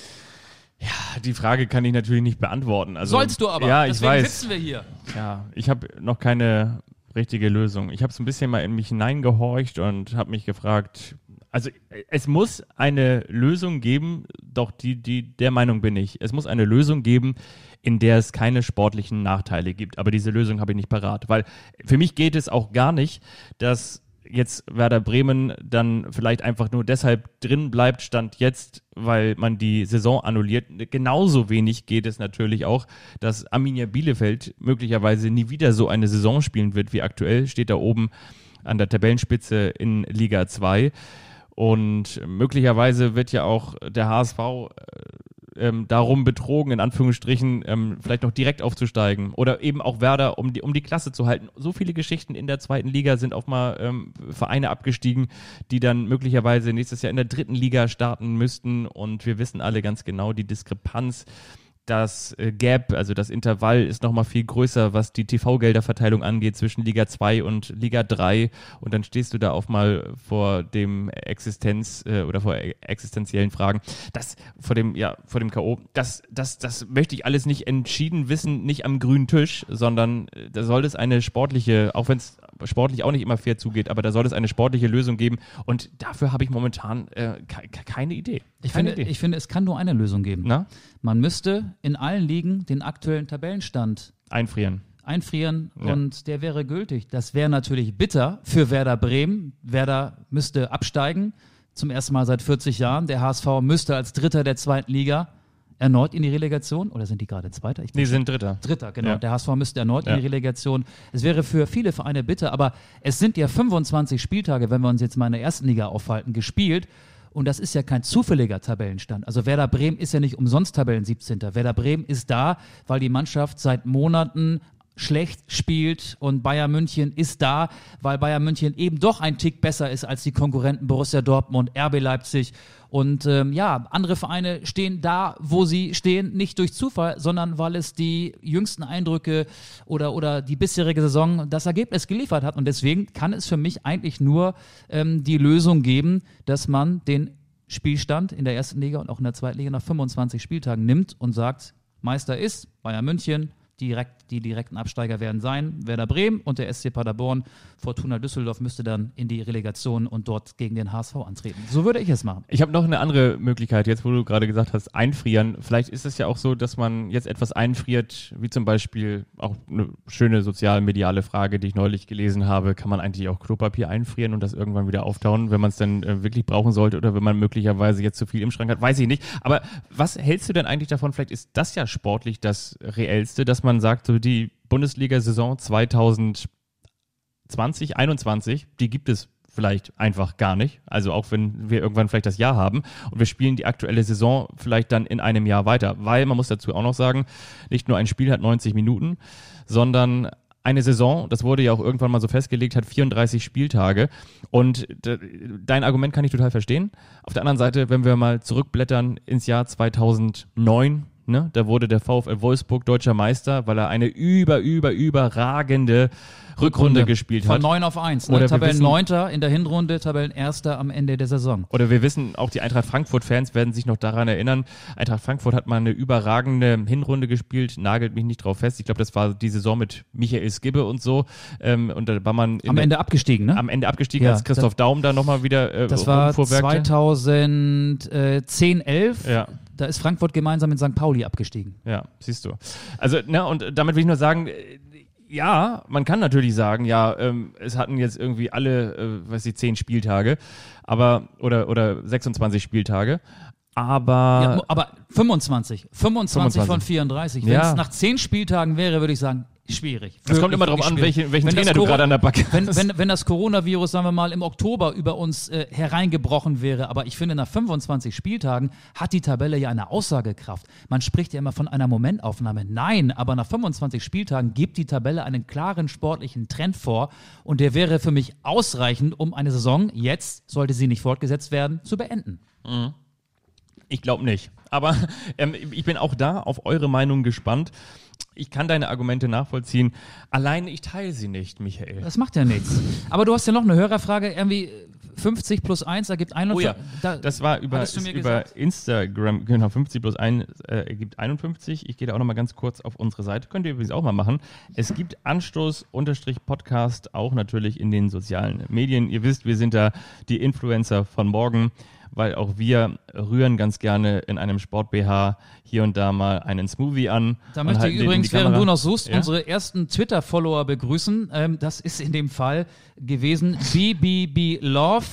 Ja, die Frage kann ich natürlich nicht beantworten. Also, sollst du aber, ja, deswegen sitzen wir hier. Ja, ich habe noch keine richtige Lösung. Ich habe so ein bisschen mal in mich hineingehorcht und habe mich gefragt, also es muss eine Lösung geben, doch der Meinung bin ich, es muss eine Lösung geben, in der es keine sportlichen Nachteile gibt. Aber diese Lösung habe ich nicht parat, weil für mich geht es auch gar nicht, dass jetzt Werder Bremen dann vielleicht einfach nur deshalb drin bleibt, Stand jetzt, weil man die Saison annulliert. Genauso wenig geht es natürlich auch, dass Arminia Bielefeld möglicherweise nie wieder so eine Saison spielen wird wie aktuell, steht da oben an der Tabellenspitze in Liga 2. Und möglicherweise wird ja auch der HSV darum betrogen, in Anführungsstrichen, vielleicht noch direkt aufzusteigen. Oder eben auch Werder, um die Klasse zu halten. So viele Geschichten in der zweiten Liga sind auch mal Vereine abgestiegen, die dann möglicherweise nächstes Jahr in der dritten Liga starten müssten. Und wir wissen alle ganz genau, die Diskrepanz, das Gap, also das Intervall ist nochmal viel größer, was die TV-Gelderverteilung angeht zwischen Liga 2 und Liga 3 und dann stehst du da auch mal vor dem vor existenziellen Fragen. Vor dem K.O. Das möchte ich alles nicht entschieden wissen, nicht am grünen Tisch, sondern da soll es eine sportliche, auch wenn es sportlich auch nicht immer fair zugeht, aber da soll es eine sportliche Lösung geben und dafür habe ich momentan keine Idee. Ich finde, es kann nur eine Lösung geben. Na? Man müsste in allen Ligen den aktuellen Tabellenstand einfrieren ja. Und der wäre gültig. Das wäre natürlich bitter für Werder Bremen. Werder müsste absteigen, zum ersten Mal seit 40 Jahren. Der HSV müsste als Dritter der zweiten Liga erneut in die Relegation, oder sind die gerade Zweiter? Die sind Dritter. Dritter, genau. Ja. Der HSV müsste erneut in die Relegation. Es wäre für viele Vereine bitter, aber es sind ja 25 Spieltage, wenn wir uns jetzt mal in der ersten Liga aufhalten, gespielt. Und das ist ja kein zufälliger Tabellenstand. Also Werder Bremen ist ja nicht umsonst Tabellen 17. Werder Bremen ist da, weil die Mannschaft seit Monaten schlecht spielt und Bayern München ist da, weil Bayern München eben doch ein Tick besser ist als die Konkurrenten Borussia Dortmund, RB Leipzig und andere Vereine stehen da, wo sie stehen, nicht durch Zufall, sondern weil es die jüngsten Eindrücke oder die bisherige Saison das Ergebnis geliefert hat und deswegen kann es für mich eigentlich nur die Lösung geben, dass man den Spielstand in der ersten Liga und auch in der zweiten Liga nach 25 Spieltagen nimmt und sagt, Meister ist Bayern München, die direkten Absteiger werden sein Werder Bremen und der SC Paderborn. Fortuna Düsseldorf müsste dann in die Relegation und dort gegen den HSV antreten. So würde ich es machen. Ich habe noch eine andere Möglichkeit, jetzt wo du gerade gesagt hast, einfrieren. Vielleicht ist es ja auch so, dass man jetzt etwas einfriert, wie zum Beispiel auch eine schöne sozial-mediale Frage, die ich neulich gelesen habe, kann man eigentlich auch Klopapier einfrieren und das irgendwann wieder auftauen, wenn man es dann wirklich brauchen sollte oder wenn man möglicherweise jetzt zu viel im Schrank hat, weiß ich nicht. Aber was hältst du denn eigentlich davon? Vielleicht ist das ja sportlich das Reellste, dass man sagt, so die Bundesliga-Saison 2020/21, die gibt es vielleicht einfach gar nicht. Also auch wenn wir irgendwann vielleicht das Jahr haben und wir spielen die aktuelle Saison vielleicht dann in einem Jahr weiter. Weil man muss dazu auch noch sagen, nicht nur ein Spiel hat 90 Minuten, sondern eine Saison, das wurde ja auch irgendwann mal so festgelegt, hat 34 Spieltage und dein Argument kann ich total verstehen. Auf der anderen Seite, wenn wir mal zurückblättern ins Jahr 2009, ne, da wurde der VfL Wolfsburg deutscher Meister, weil er eine überragende Rückrunde gespielt hat. Von 9-1, ne? Tabellenneunter in der Hinrunde, Tabellenerster am Ende der Saison. Oder wir wissen, auch die Eintracht Frankfurt-Fans werden sich noch daran erinnern, Eintracht Frankfurt hat mal eine überragende Hinrunde gespielt, nagelt mich nicht drauf fest. Ich glaube, das war die Saison mit Michael Skibbe und so. Und da war man am Ende abgestiegen, ne? Am Ende abgestiegen, als Christoph Daum da nochmal wieder das war 2010, 11. Ja. Da ist Frankfurt gemeinsam mit St. Pauli abgestiegen. Ja, siehst du. Also, und damit will ich nur sagen, ja, man kann natürlich sagen, es hatten jetzt irgendwie alle, 10 Spieltage, oder 26 Spieltage, aber 25 von 34. Wenn es nach 10 Spieltagen wäre, würde ich sagen, schwierig. Es kommt immer darauf an, welchen Trainer du gerade an der Backe hast. Wenn das Coronavirus, sagen wir mal, im Oktober über uns hereingebrochen wäre, aber ich finde, nach 25 Spieltagen hat die Tabelle ja eine Aussagekraft. Man spricht ja immer von einer Momentaufnahme. Nein, aber nach 25 Spieltagen gibt die Tabelle einen klaren sportlichen Trend vor und der wäre für mich ausreichend, um eine Saison, jetzt, sollte sie nicht fortgesetzt werden, zu beenden. Mhm. Ich glaube nicht. Aber ich bin auch da auf eure Meinung gespannt. Ich kann deine Argumente nachvollziehen. Allein ich teile sie nicht, Michael. Das macht ja nichts. Aber du hast ja noch eine Hörerfrage. Irgendwie 50 plus 1 ergibt 51. Oh ja, das war über Instagram. Genau, 50 plus 1 ergibt 51. Ich gehe da auch noch mal ganz kurz auf unsere Seite. Könnt ihr übrigens auch mal machen. Es gibt Anstoß-Podcast auch natürlich in den sozialen Medien. Ihr wisst, wir sind da die Influencer von morgen, weil auch wir rühren ganz gerne in einem Sport-BH hier und da mal einen Smoothie an. Da möchte ich übrigens, während du noch suchst, unsere ersten Twitter-Follower begrüßen. Das ist in dem Fall gewesen BBB Love.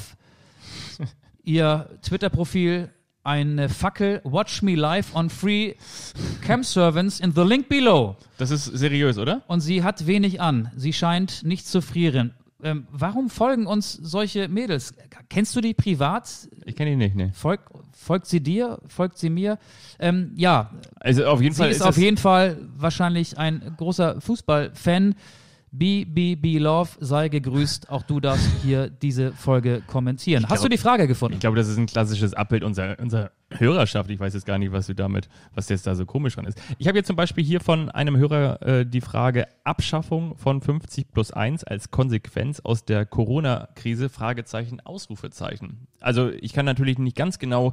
Ihr Twitter-Profil, eine Fackel, watch me live on free Camp Servants in the link below. Das ist seriös, oder? Und sie hat wenig an. Sie scheint nicht zu frieren. Warum folgen uns solche Mädels? Kennst du die privat? Ich kenne die nicht, ne. Folgt sie dir? Folgt sie mir? Also auf jeden Fall ist auf jeden Fall wahrscheinlich ein großer Fußballfan. BBB Love, sei gegrüßt. Auch du darfst hier diese Folge kommentieren. Hast du die Frage gefunden? Ich glaube, das ist ein klassisches Abbild unserer Hörerschaft. Ich weiß jetzt gar nicht, was jetzt da so komisch dran ist. Ich habe jetzt zum Beispiel hier von einem Hörer die Frage Abschaffung von 50 plus 1 als Konsequenz aus der Corona-Krise, Fragezeichen, Ausrufezeichen. Also ich kann natürlich nicht ganz genau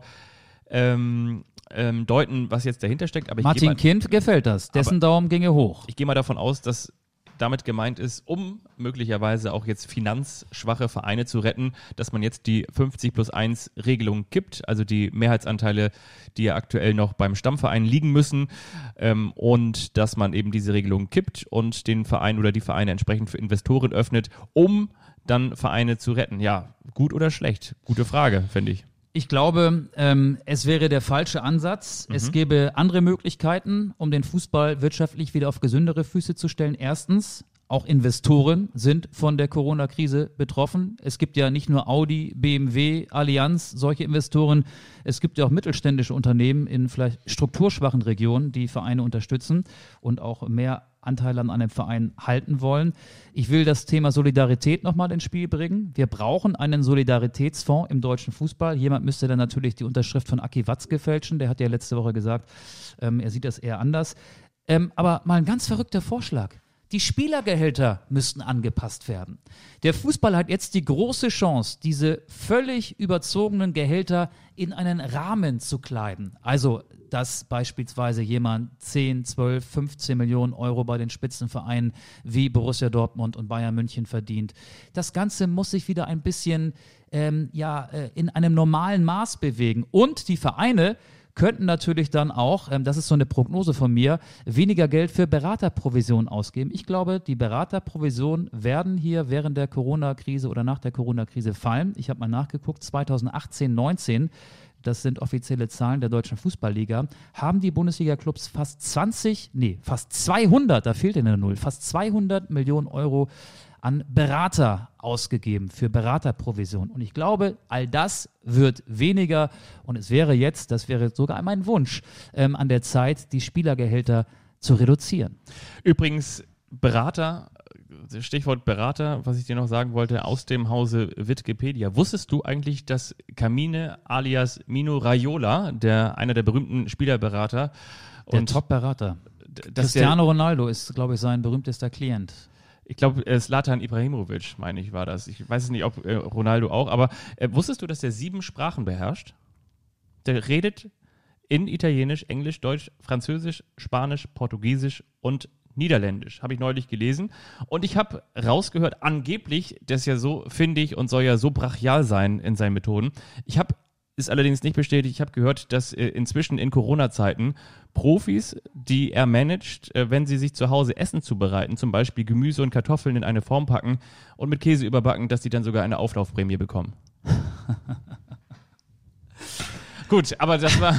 deuten, was jetzt dahinter steckt. Aber Martin Kind gefällt das. Dessen Daumen ginge hoch. Ich gehe mal davon aus, dass damit gemeint ist, um möglicherweise auch jetzt finanzschwache Vereine zu retten, dass man jetzt die 50 plus 1 Regelung kippt, also die Mehrheitsanteile, die ja aktuell noch beim Stammverein liegen müssen, und dass man eben diese Regelung kippt und den Verein oder die Vereine entsprechend für Investoren öffnet, um dann Vereine zu retten. Ja, gut oder schlecht? Gute Frage, finde ich. Ich glaube, es wäre der falsche Ansatz. Es gäbe andere Möglichkeiten, um den Fußball wirtschaftlich wieder auf gesündere Füße zu stellen. Erstens, Auch Investoren sind von der Corona-Krise betroffen. Es gibt ja nicht nur Audi, BMW, Allianz, solche Investoren. Es gibt ja auch mittelständische Unternehmen in vielleicht strukturschwachen Regionen, die Vereine unterstützen und auch mehr Anteile an einem Verein halten wollen. Ich will das Thema Solidarität nochmal ins Spiel bringen. Wir brauchen einen Solidaritätsfonds im deutschen Fußball. Jemand müsste dann natürlich die Unterschrift von Aki Watzke fälschen. Der hat ja letzte Woche gesagt, er sieht das eher anders. Aber mal ein ganz verrückter Vorschlag. Die Spielergehälter müssten angepasst werden. Der Fußball hat jetzt die große Chance, diese völlig überzogenen Gehälter in einen Rahmen zu kleiden. Also, dass beispielsweise jemand 10, 12, 15 Millionen Euro bei den Spitzenvereinen wie Borussia Dortmund und Bayern München verdient. Das Ganze muss sich wieder ein bisschen in einem normalen Maß bewegen. Und die Vereine könnten natürlich dann auch, das ist so eine Prognose von mir, weniger Geld für Beraterprovisionen ausgeben. Ich glaube, die Beraterprovisionen werden hier während der Corona-Krise oder nach der Corona-Krise fallen. Ich habe mal nachgeguckt, 2018, 19, das sind offizielle Zahlen der Deutschen Fußballliga, haben die Bundesliga-Clubs fast 200, da fehlt eine Null, fast 200 Millionen Euro an Berater ausgegeben für Beraterprovision. Und ich glaube, all das wird weniger und es wäre jetzt, das wäre sogar mein Wunsch, an der Zeit, die Spielergehälter zu reduzieren. Übrigens, Berater, Stichwort Berater, was ich dir noch sagen wollte, aus dem Hause Wikipedia. Wusstest du eigentlich, dass Carmine alias Mino Raiola, einer der berühmten Spielerberater, der Top-Berater, Cristiano Ronaldo ist, glaube ich, sein berühmtester Klient. Ich glaube, Zlatan Ibrahimovic, meine ich, war das. Ich weiß es nicht, ob Ronaldo auch, aber wusstest du, dass der 7 Sprachen beherrscht? Der redet in Italienisch, Englisch, Deutsch, Französisch, Spanisch, Portugiesisch und Niederländisch. Habe ich neulich gelesen. Und ich habe rausgehört, angeblich, das ist ja so, finde ich, und soll ja so brachial sein in seinen Methoden. Ist allerdings nicht bestätigt. Ich habe gehört, dass inzwischen in Corona-Zeiten Profis, die er managt, wenn sie sich zu Hause Essen zubereiten, zum Beispiel Gemüse und Kartoffeln in eine Form packen und mit Käse überbacken, dass die dann sogar eine Auflaufprämie bekommen. Gut, aber das war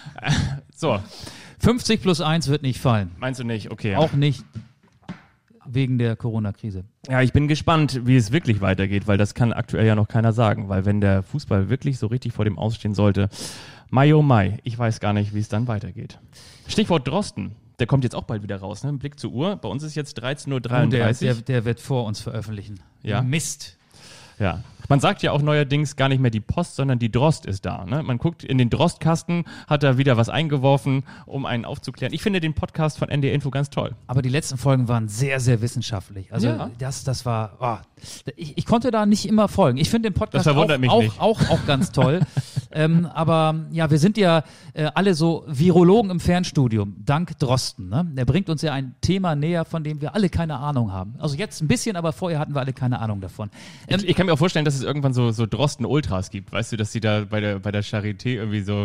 so. 50 plus 1 wird nicht fallen. Meinst du nicht? Okay. Auch nicht wegen der Corona-Krise. Ja, ich bin gespannt, wie es wirklich weitergeht, weil das kann aktuell ja noch keiner sagen. Weil wenn der Fußball wirklich so richtig vor dem Ausstehen sollte, Mai oh Mai, ich weiß gar nicht, wie es dann weitergeht. Stichwort Drosten. Der kommt jetzt auch bald wieder raus, ne? Blick zur Uhr. Bei uns ist jetzt 13:33 Uhr. Der wird vor uns veröffentlichen. Ja. Mist. Ja. Man sagt ja auch neuerdings gar nicht mehr die Post, sondern die Drost ist da. Ne? Man guckt in den Drostkasten, hat da wieder was eingeworfen, um einen aufzuklären. Ich finde den Podcast von NDR Info ganz toll. Aber die letzten Folgen waren sehr, sehr wissenschaftlich. Also ja. das war, ich konnte da nicht immer folgen. Ich finde den Podcast auch ganz toll. Aber ja, wir sind ja alle so Virologen im Fernstudium, dank Drosten. Ne? Der bringt uns ja ein Thema näher, von dem wir alle keine Ahnung haben. Also jetzt ein bisschen, aber vorher hatten wir alle keine Ahnung davon. Ich kann mir auch vorstellen, dass es irgendwann so Drosten-Ultras gibt. Weißt du, dass die da bei der Charité irgendwie so...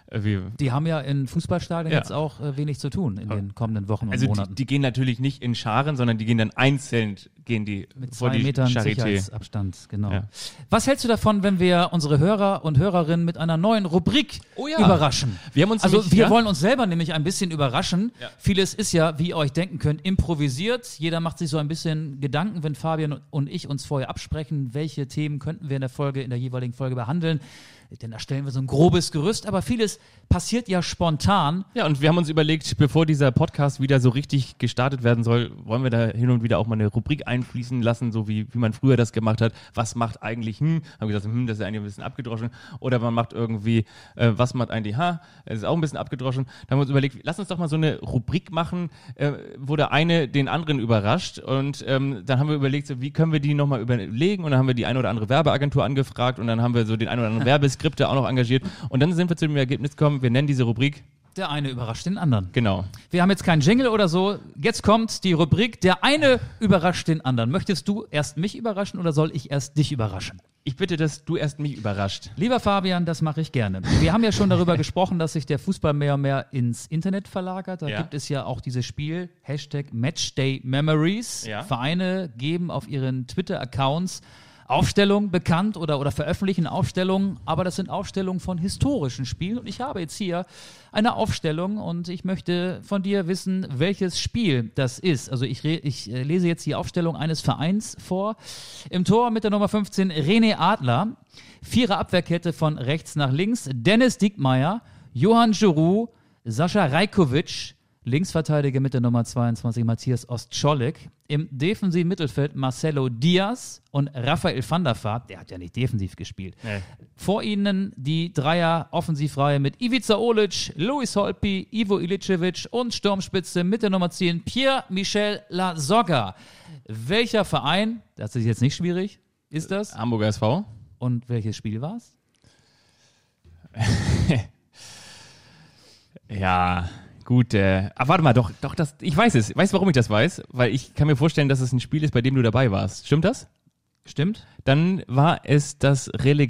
Die haben ja in Fußballstadien jetzt auch wenig zu tun in den kommenden Wochen und Monaten. Also die gehen natürlich nicht in Scharen, sondern die gehen dann einzeln mit vor 2 die Metern Charité. Sicherheitsabstand, genau. Ja. Was hältst du davon, wenn wir unsere Hörer und Hörerinnen mit einer neuen Rubrik überraschen? Wir wollen uns selber nämlich ein bisschen überraschen. Ja. Vieles ist ja, wie ihr euch denken könnt, improvisiert. Jeder macht sich so ein bisschen Gedanken, wenn Fabian und ich uns vorher absprechen, welche Themen könnten wir in der jeweiligen Folge behandeln. Denn da stellen wir so ein grobes Gerüst, aber vieles passiert ja spontan. Ja, und wir haben uns überlegt, bevor dieser Podcast wieder so richtig gestartet werden soll, wollen wir da hin und wieder auch mal eine Rubrik einfließen lassen, so wie man früher das gemacht hat. Was macht eigentlich, haben wir gesagt, das ist ja eigentlich ein bisschen abgedroschen. Oder man macht irgendwie, was macht eigentlich, das ist auch ein bisschen abgedroschen. Da haben wir uns überlegt, lass uns doch mal so eine Rubrik machen, wo der eine den anderen überrascht. Und dann haben wir überlegt, so, wie können wir die nochmal überlegen? Und dann haben wir die eine oder andere Werbeagentur angefragt und dann haben wir so den einen oder anderen Werbeskripte auch noch engagiert. Und dann sind wir zu dem Ergebnis gekommen, wir nennen diese Rubrik Der eine überrascht den anderen. Genau. Wir haben jetzt keinen Jingle oder so. Jetzt kommt die Rubrik Der eine überrascht den anderen. Möchtest du erst mich überraschen oder soll ich erst dich überraschen? Ich bitte, dass du erst mich überrascht. Lieber Fabian, das mache ich gerne. Wir haben ja schon darüber gesprochen, dass sich der Fußball mehr und mehr ins Internet verlagert. Da gibt es ja auch dieses Spiel, #MatchdayMemories. Ja. Vereine geben auf ihren Twitter-Accounts Aufstellungen bekannt oder veröffentlichen Aufstellungen, aber das sind Aufstellungen von historischen Spielen und ich habe jetzt hier eine Aufstellung und ich möchte von dir wissen, welches Spiel das ist. Also ich lese jetzt die Aufstellung eines Vereins vor. Im Tor mit der Nummer 15 René Adler, Vierer Abwehrkette von rechts nach links, Dennis Diekmeyer, Johann Giroud, Sascha Rajkovic, Linksverteidiger mit der Nummer 22 Matthias Ostscholek, im defensiven Mittelfeld Marcelo Diaz und Raphael van der Vaart, der hat ja nicht defensiv gespielt. Nee. Vor ihnen die Dreier-Offensivreihe mit Ivica Olic, Luis Holtby, Ivo Ilicevic und Sturmspitze mit der Nummer 10 Pierre-Michel Lasogga. Welcher Verein, das ist jetzt nicht schwierig, ist das? Hamburger SV. Und welches Spiel war es? Ja, gut. Warte mal, doch, ich weiß es. Weißt du, warum ich das weiß? Weil ich kann mir vorstellen, dass es ein Spiel ist, bei dem du dabei warst. Stimmt das? Stimmt. Dann war es das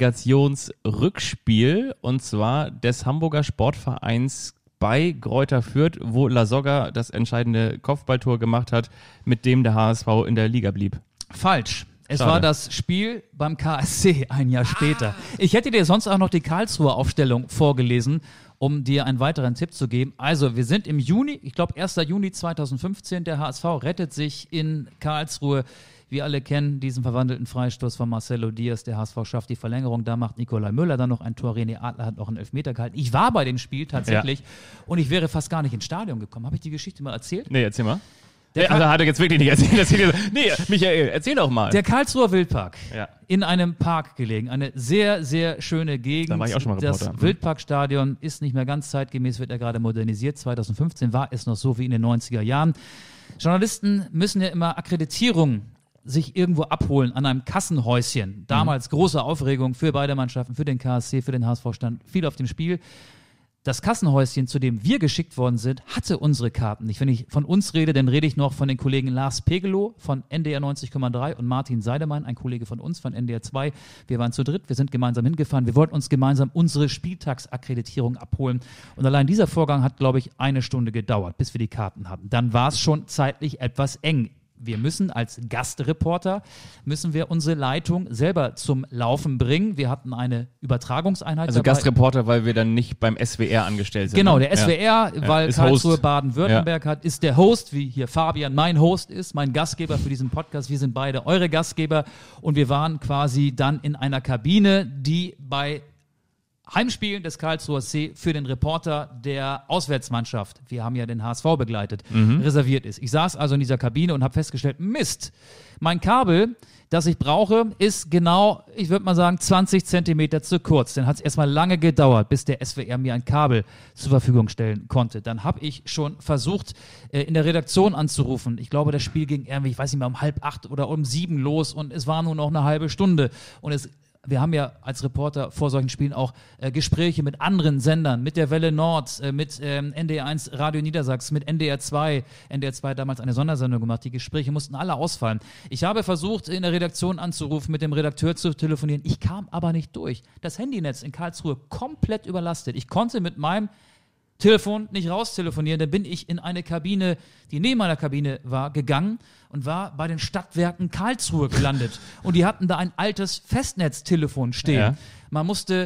Relegationsrückspiel und zwar des Hamburger Sportvereins bei Greuther Fürth, wo Lasogga das entscheidende Kopfballtor gemacht hat, mit dem der HSV in der Liga blieb. Falsch. Es war das Spiel beim KSC ein Jahr später. Ich hätte dir sonst auch noch die Karlsruher Aufstellung vorgelesen, um dir einen weiteren Tipp zu geben. Also, wir sind im Juni, ich glaube 1. Juni 2015, der HSV rettet sich in Karlsruhe. Wir alle kennen diesen verwandelten Freistoß von Marcelo Diaz. Der HSV schafft die Verlängerung, da macht Nikolai Müller dann noch ein Tor. René Adler hat noch einen Elfmeter gehalten. Ich war bei dem Spiel tatsächlich und ich wäre fast gar nicht ins Stadion gekommen. Habe ich die Geschichte mal erzählt? Nee, erzähl mal. Also hat er jetzt wirklich nicht erzählt. Nee, Michael, erzähl doch mal. Der Karlsruher Wildpark, in einem Park gelegen, eine sehr, sehr schöne Gegend. Da war ich auch schon mal Reporter. Das Wildparkstadion ist nicht mehr ganz zeitgemäß, wird ja gerade modernisiert. 2015 war es noch so wie in den 90er Jahren. Journalisten müssen ja immer Akkreditierung sich irgendwo abholen an einem Kassenhäuschen. Damals große Aufregung für beide Mannschaften, für den KSC, für den HSV stand viel auf dem Spiel. Das Kassenhäuschen, zu dem wir geschickt worden sind, hatte unsere Karten nicht. Wenn ich von uns rede, dann rede ich noch von den Kollegen Lars Pegelow von NDR 90,3 und Martin Seidemann, ein Kollege von uns von NDR 2. Wir waren zu dritt, wir sind gemeinsam hingefahren. Wir wollten uns gemeinsam unsere Spieltagsakkreditierung abholen. Und allein dieser Vorgang hat, glaube ich, 1 Stunde gedauert, bis wir die Karten hatten. Dann war es schon zeitlich etwas eng. Wir müssen als Gastreporter, unsere Leitung selber zum Laufen bringen. Wir hatten eine Übertragungseinheit dabei. Gastreporter, weil wir dann nicht beim SWR angestellt sind. Genau, der SWR, weil Karlsruhe Baden-Württemberg hat, ist der Host, wie hier Fabian mein Host ist, mein Gastgeber für diesen Podcast. Wir sind beide eure Gastgeber und wir waren quasi dann in einer Kabine, die bei Heimspielen des Karlsruher SC für den Reporter der Auswärtsmannschaft, wir haben ja den HSV begleitet, reserviert ist. Ich saß also in dieser Kabine und habe festgestellt, Mist, mein Kabel, das ich brauche, ist genau, ich würde mal sagen, 20 Zentimeter zu kurz. Dann hat es erstmal lange gedauert, bis der SWR mir ein Kabel zur Verfügung stellen konnte. Dann habe ich schon versucht, in der Redaktion anzurufen. Ich glaube, das Spiel ging irgendwie, ich weiß nicht mehr, um 7:30 oder um 7 los und es war nur noch eine halbe Stunde. Und wir haben ja als Reporter vor solchen Spielen auch Gespräche mit anderen Sendern, mit der Welle Nord, mit NDR1 Radio Niedersachsen, mit NDR 2. NDR 2 hat damals eine Sondersendung gemacht. Die Gespräche mussten alle ausfallen. Ich habe versucht, in der Redaktion anzurufen, mit dem Redakteur zu telefonieren. Ich kam aber nicht durch. Das Handynetz in Karlsruhe komplett überlastet. Ich konnte mit meinem Telefon nicht raustelefonieren. Dann bin ich in eine Kabine, die neben meiner Kabine war, gegangen und war bei den Stadtwerken Karlsruhe gelandet. Und die hatten da ein altes Festnetztelefon stehen. Ja. Man musste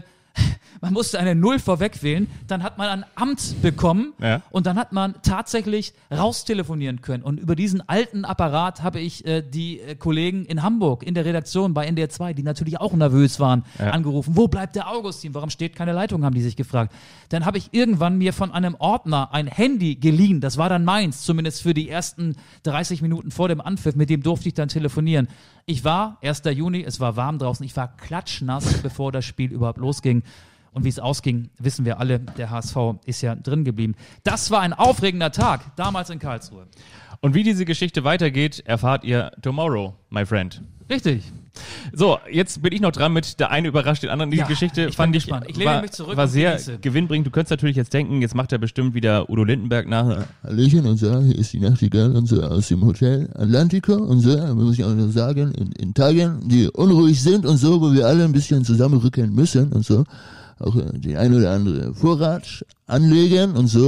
eine Null vorweg wählen, dann hat man ein Amt bekommen und dann hat man tatsächlich raustelefonieren können. Und über diesen alten Apparat habe ich die Kollegen in Hamburg in der Redaktion bei NDR 2, die natürlich auch nervös waren, angerufen. Wo bleibt der Augustin? Warum steht keine Leitung, haben die sich gefragt. Dann habe ich irgendwann mir von einem Ordner ein Handy geliehen. Das war dann meins, zumindest für die ersten 30 Minuten vor dem Anpfiff. Mit dem durfte ich dann telefonieren. Ich war, 1. Juni, es war warm draußen, ich war klatschnass, bevor das Spiel überhaupt losging. Und wie es ausging, wissen wir alle, der HSV ist ja drin geblieben. Das war ein aufregender Tag, damals in Karlsruhe. Und wie diese Geschichte weitergeht, erfahrt ihr tomorrow, my friend. Richtig. So, jetzt bin ich noch dran mit der eine überrascht den anderen. Diese Geschichte fand ich war sehr gewinnbringend. Du könntest natürlich jetzt denken, jetzt macht er bestimmt wieder Udo Lindenberg nach. Hallöchen und so, hier ist die Nachtigall und so aus dem Hotel Atlantico und so, muss ich auch noch sagen, in Tagen, die unruhig sind und so, wo wir alle ein bisschen zusammenrücken müssen und so, auch den ein oder andere Vorrat anlegen und so,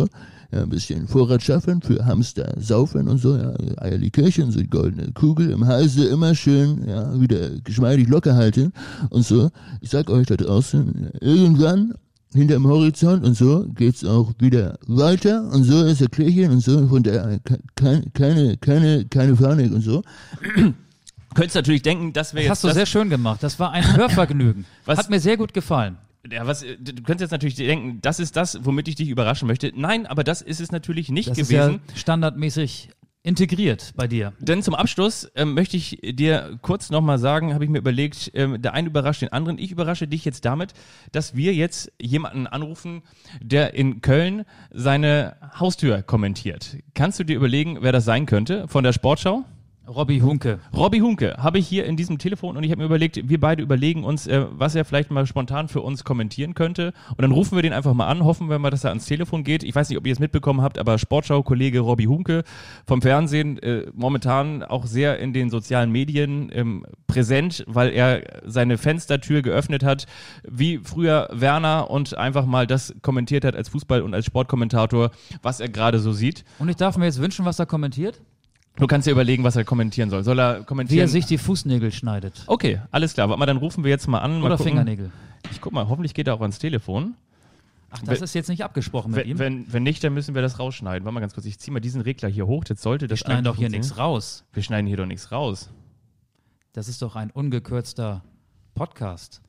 ja, ein bisschen Vorrat schaffen für Hamster saufen und so, ja, Eierlikörchen, so die goldene Kugel im Halse, immer schön, ja, wieder geschmeidig locker halten und so. Ich sag euch da draußen, irgendwann hinterm Horizont und so geht's auch wieder weiter und so ist der Klärchen und so, von der keine Panik und so. Könntest natürlich denken, dass wir Das jetzt... hast du sehr schön gemacht. Das war ein Hörvergnügen. Hat mir sehr gut gefallen. Ja, du könntest jetzt natürlich denken, das ist das, womit ich dich überraschen möchte. Nein, aber das ist es natürlich nicht Das gewesen. ist ja standardmäßig integriert bei dir. Denn zum Abschluss möchte ich dir kurz nochmal sagen, habe ich mir überlegt, der eine überrascht den anderen. Ich überrasche dich jetzt damit, dass wir jetzt jemanden anrufen, der in Köln seine Haustür kommentiert. Kannst du dir überlegen, wer das sein könnte von der Sportschau? Robby Hunke. Robby Hunke habe ich hier in diesem Telefon und ich habe mir überlegt, wir beide überlegen uns, was er vielleicht mal spontan für uns kommentieren könnte und dann rufen wir den einfach mal an, hoffen wir mal, dass er ans Telefon geht. Ich weiß nicht, ob ihr es mitbekommen habt, aber Sportschau-Kollege Robby Hunke vom Fernsehen, momentan auch sehr in den sozialen Medien präsent, weil er seine Fenstertür geöffnet hat, wie früher Werner und einfach mal das kommentiert hat als Fußball- und als Sportkommentator, was er gerade so sieht. Und ich darf mir jetzt wünschen, was er kommentiert? Du kannst dir überlegen, was er kommentieren soll. Soll er kommentieren? Wie er sich die Fußnägel schneidet. Okay, alles klar. Warte mal, dann rufen wir jetzt mal an. Mal Oder gucken. Fingernägel. Ich guck mal, hoffentlich geht er auch ans Telefon. Ach, das ist jetzt nicht abgesprochen mit ihm. Wenn nicht, dann müssen wir das rausschneiden. Warte mal ganz kurz, ich ziehe mal diesen Regler hier hoch. Jetzt sollte das Wir schneiden doch hier funktionieren. nichts raus. Wir schneiden hier doch nichts raus. Das ist doch ein ungekürzter Podcast.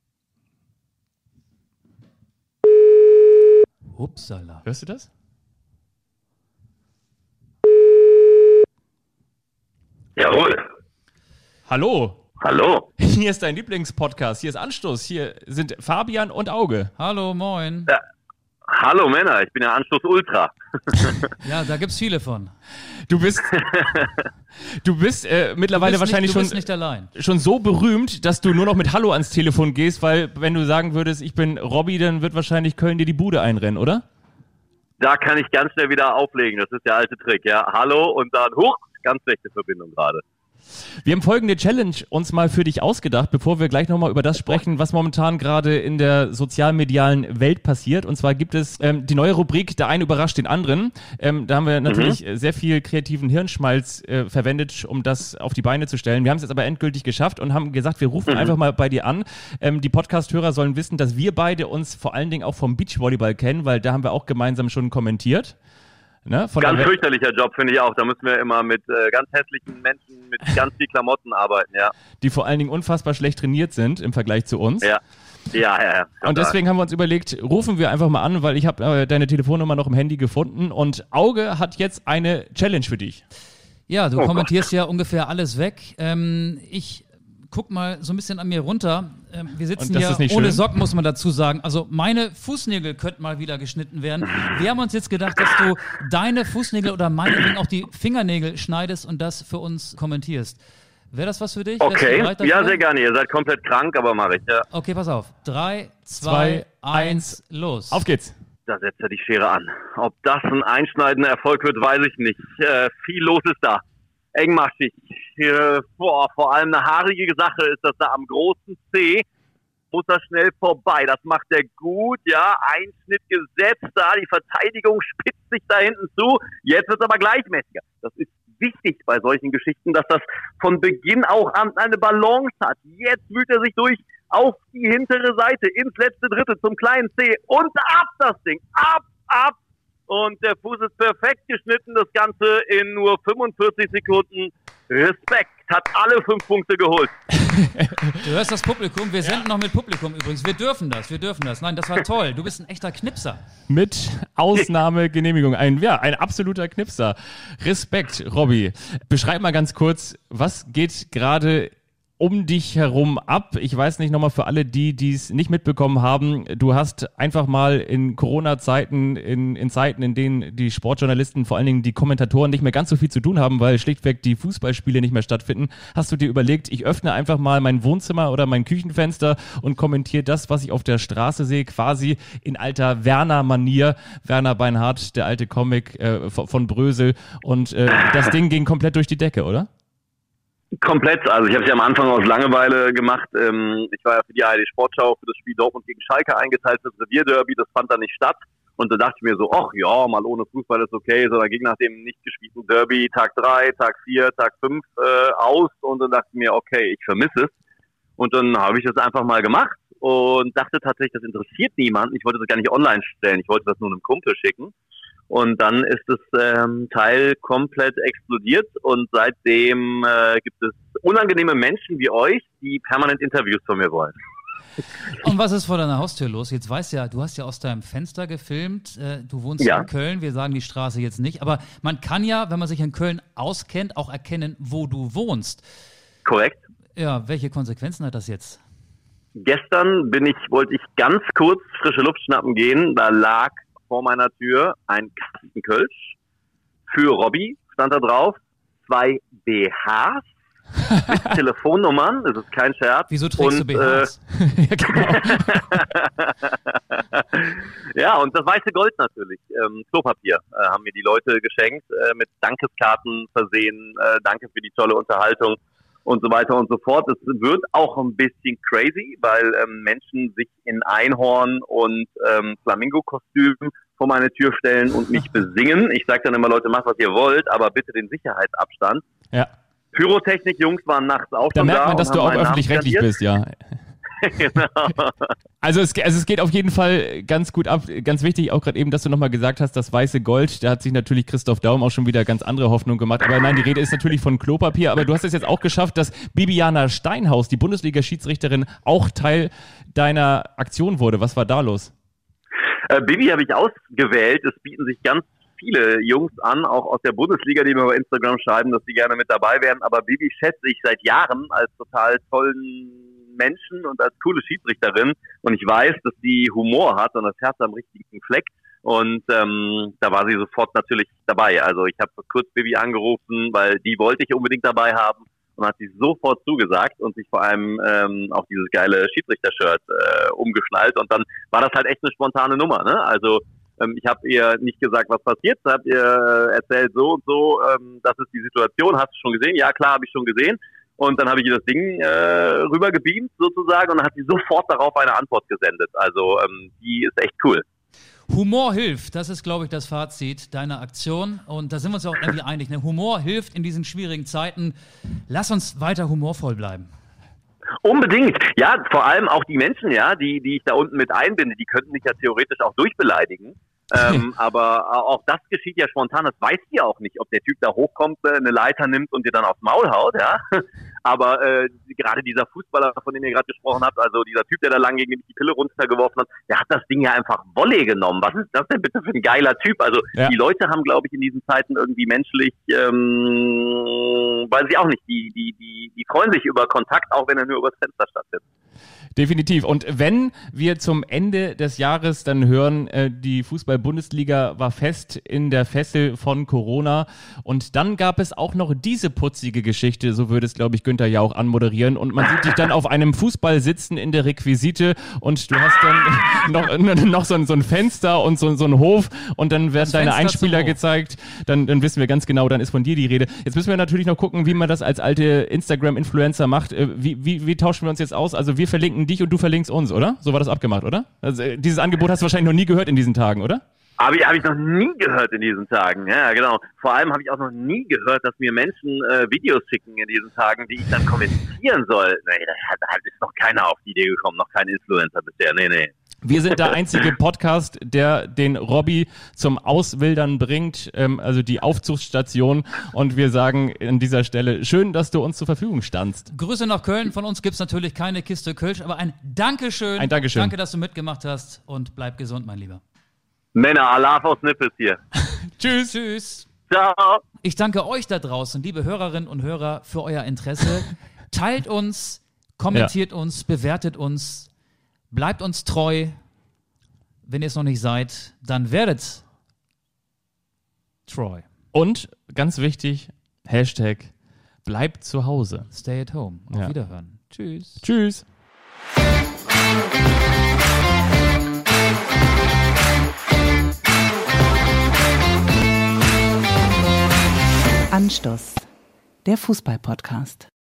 Upsala. Hörst du das? Jawohl. Hallo, Hallo. hier ist dein Lieblingspodcast. Hier ist Anstoß. Hier sind Fabian und Auge. Hallo, moin. Ja. Hallo Männer, ich bin der Anstoß Ultra. Ja, da gibt's viele von. Du bist mittlerweile wahrscheinlich du bist nicht allein. schon so berühmt, dass du nur noch mit Hallo ans Telefon gehst, weil wenn du sagen würdest, ich bin Robby, dann wird wahrscheinlich Köln dir die Bude einrennen, oder? Da kann ich ganz schnell wieder auflegen, das ist der alte Trick, ja. Hallo und dann hoch, ganz schlechte Verbindung gerade. Wir haben folgende Challenge uns mal für dich ausgedacht, bevor wir gleich nochmal über das sprechen, was momentan gerade in der sozialmedialen Welt passiert. Und zwar gibt es die neue Rubrik, der eine überrascht den anderen. Da haben wir natürlich sehr viel kreativen Hirnschmalz verwendet, um das auf die Beine zu stellen. Wir haben es jetzt aber endgültig geschafft und haben gesagt, wir rufen einfach mal bei dir an. Die Podcast-Hörer sollen wissen, dass wir beide uns vor allen Dingen auch vom Beachvolleyball kennen, weil da haben wir auch gemeinsam schon kommentiert. Ne, Ganz fürchterlicher Job, finde ich auch. Da müssen wir immer mit ganz hässlichen Menschen mit ganz viel Klamotten arbeiten, ja. Die vor allen Dingen unfassbar schlecht trainiert sind im Vergleich zu uns. Ja. Und deswegen haben wir uns überlegt, rufen wir einfach mal an, weil ich habe deine Telefonnummer noch im Handy gefunden und Auge hat jetzt eine Challenge für dich. Ja, du kommentierst ja ungefähr alles weg. Ich guck mal so ein bisschen an mir runter. Wir sitzen hier ohne schön? Socken, muss man dazu sagen. Also meine Fußnägel könnten mal wieder geschnitten werden. Wir haben uns jetzt gedacht, dass du deine Fußnägel oder meinetwegen auch die Fingernägel schneidest und das für uns kommentierst. Wäre das was für dich? Okay, ja, sehr gerne. Ihr seid komplett krank, aber mache ich, ja. Okay, pass auf. 3, 2, 1, los. Auf geht's. Da setzt er die Schere an. Ob das ein einschneidender Erfolg wird, weiß ich nicht. Viel los ist da. Engmaschig. Vor allem eine haarige Sache ist das da am großen C. Muss er schnell vorbei. Das macht er gut, ja. Einschnitt gesetzt da. Die Verteidigung spitzt sich da hinten zu. Jetzt wird es aber gleichmäßiger. Das ist wichtig bei solchen Geschichten, dass das von Beginn auch an eine Balance hat. Jetzt wühlt er sich durch auf die hintere Seite, ins letzte Drittel zum kleinen C und ab das Ding. Ab. Und der Fuß ist perfekt geschnitten, das Ganze in nur 45 Sekunden. Respekt, hat alle 5 Punkte geholt. Du hörst das Publikum, wir senden noch mit Publikum übrigens. Wir dürfen das. Nein, das war toll. Du bist ein echter Knipser. Mit Ausnahmegenehmigung. Ein absoluter Knipser. Respekt, Robby. Beschreib mal ganz kurz, was geht gerade um dich herum ab? Ich weiß nicht, nochmal für alle, die es nicht mitbekommen haben, du hast einfach mal in Corona-Zeiten, in Zeiten, in denen die Sportjournalisten, vor allen Dingen die Kommentatoren nicht mehr ganz so viel zu tun haben, weil schlichtweg die Fußballspiele nicht mehr stattfinden, hast du dir überlegt, ich öffne einfach mal mein Wohnzimmer oder mein Küchenfenster und kommentiere das, was ich auf der Straße sehe, quasi in alter Werner-Manier. Werner Beinhardt, der alte Comic von Brösel, und das Ding ging komplett durch die Decke, oder? Komplett, also ich habe es ja am Anfang aus Langeweile gemacht. Ich war ja für die ARD Sportschau für das Spiel Dortmund gegen Schalke eingeteilt, das Revierderby, das fand dann nicht statt. Und da dachte ich mir so, ach ja, mal ohne Fußball ist okay. So, dann ging nach dem nicht gespielten Derby Tag 3, Tag 4, Tag 5 aus. Und dann dachte ich mir, okay, ich vermisse es. Und dann habe ich das einfach mal gemacht und dachte tatsächlich, das interessiert niemanden. Ich wollte das gar nicht online stellen. Ich wollte das nur einem Kumpel schicken. Und dann ist das Teil komplett explodiert. Und seitdem gibt es unangenehme Menschen wie euch, die permanent Interviews von mir wollen. Und was ist vor deiner Haustür los? Jetzt weißt ja, du hast ja aus deinem Fenster gefilmt, du wohnst in Köln, wir sagen die Straße jetzt nicht, aber man kann ja, wenn man sich in Köln auskennt, auch erkennen, wo du wohnst. Korrekt. Ja, welche Konsequenzen hat das jetzt? Gestern wollte ich ganz kurz frische Luft schnappen gehen, da lag vor meiner Tür ein Kasten Kölsch für Robby, stand da drauf, 2 BHs. Mit Telefonnummern, das ist kein Scherz. Wieso trägst du BHs? Ja, genau. Ja, und das weiße Gold natürlich. Klopapier haben mir die Leute geschenkt, mit Dankeskarten versehen, danke für die tolle Unterhaltung und so weiter und so fort. Es wird auch ein bisschen crazy, weil Menschen sich in Einhorn- und Flamingo-Kostümen vor meine Tür stellen und mich besingen. Ich sage dann immer, Leute, macht, was ihr wollt, aber bitte den Sicherheitsabstand. Ja. Pyrotechnik-Jungs waren nachts auch da schon da. Da merkt man, dass du auch öffentlich-rechtlich bist, ja. Genau. Also es geht auf jeden Fall ganz gut ab. Ganz wichtig auch gerade eben, dass du nochmal gesagt hast, das weiße Gold, da hat sich natürlich Christoph Daum auch schon wieder ganz andere Hoffnung gemacht. Aber nein, die Rede ist natürlich von Klopapier. Aber du hast es jetzt auch geschafft, dass Bibiana Steinhaus, die Bundesliga-Schiedsrichterin, auch Teil deiner Aktion wurde. Was war da los? Bibi habe ich ausgewählt. Es bieten sich ganz viele Jungs an, auch aus der Bundesliga, die mir bei Instagram schreiben, dass sie gerne mit dabei wären. Aber Bibi schätze ich seit Jahren als total tollen Menschen und als coole Schiedsrichterin. Und ich weiß, dass sie Humor hat und das Herz am richtigen Fleck. Und da war sie sofort natürlich dabei. Also ich habe kurz Bibi angerufen, weil die wollte ich unbedingt dabei haben. Und hat sie sofort zugesagt und sich vor allem auch dieses geile Schiedsrichter-Shirt umgeschnallt. Und dann war das halt echt eine spontane Nummer, ne? Also ich habe ihr nicht gesagt, was passiert, habe ihr erzählt, so und so, das ist die Situation, hast du schon gesehen? Ja, klar, habe ich schon gesehen. Und dann habe ich ihr das Ding rübergebeamt sozusagen und dann hat sie sofort darauf eine Antwort gesendet. Also die ist echt cool. Humor hilft, das ist, glaube ich, das Fazit deiner Aktion. Und da sind wir uns auch irgendwie einig. Ne? Humor hilft in diesen schwierigen Zeiten. Lass uns weiter humorvoll bleiben. Unbedingt. Ja, vor allem auch die Menschen, ja, die ich da unten mit einbinde, die könnten mich ja theoretisch auch durchbeleidigen. Aber auch das geschieht ja spontan. Das weiß die auch nicht, ob der Typ da hochkommt, eine Leiter nimmt und dir dann aufs Maul haut, ja. Aber gerade dieser Fußballer, von dem ihr gerade gesprochen habt, also dieser Typ, der da lang gegen mich die Pille runtergeworfen hat, der hat das Ding ja einfach Volley genommen. Was ist das denn bitte für ein geiler Typ? Also die Leute haben, glaube ich, in diesen Zeiten irgendwie menschlich, weiß ich auch nicht, die freuen sich über Kontakt, auch wenn er nur übers Fenster stattfindet. Definitiv. Und wenn wir zum Ende des Jahres dann hören, die Fußball-Bundesliga war fest in der Fessel von Corona und dann gab es auch noch diese putzige Geschichte, so würde es, glaube ich, Günther ja auch anmoderieren und man sieht dich dann auf einem Fußball sitzen in der Requisite und du hast dann noch so ein Fenster und so ein Hof und dann werden deine Einspieler gezeigt, dann wissen wir ganz genau, dann ist von dir die Rede. Jetzt müssen wir natürlich noch gucken, wie man das als alte Instagram-Influencer macht. Wie tauschen wir uns jetzt aus? Also wir verlinken dich und du verlinkst uns, oder? So war das abgemacht, oder? Also, dieses Angebot hast du wahrscheinlich noch nie gehört in diesen Tagen, oder? Hab ich noch nie gehört in diesen Tagen, ja genau. Vor allem habe ich auch noch nie gehört, dass mir Menschen Videos schicken in diesen Tagen, die ich dann kommentieren soll. Nee, da ist noch keiner auf die Idee gekommen, noch kein Influencer bisher, nee. Wir sind der einzige Podcast, der den Robby zum Auswildern bringt, also die Aufzuchtsstation. Und wir sagen an dieser Stelle, schön, dass du uns zur Verfügung standst. Grüße nach Köln. Von uns gibt's natürlich keine Kiste Kölsch, aber ein Dankeschön. Ein Dankeschön. Danke, dass du mitgemacht hast und bleib gesund, mein Lieber. Männer, Allah aus Nippes hier. Tschüss. Tschüss. Ciao. Ich danke euch da draußen, liebe Hörerinnen und Hörer, für euer Interesse. Teilt uns, kommentiert uns, bewertet uns. Bleibt uns treu. Wenn ihr es noch nicht seid, dann werdet treu. Und ganz wichtig, Hashtag bleibt zu Hause. Stay at home. Auf Wiederhören. Tschüss. Tschüss. Anstoß, der Fußball-Podcast.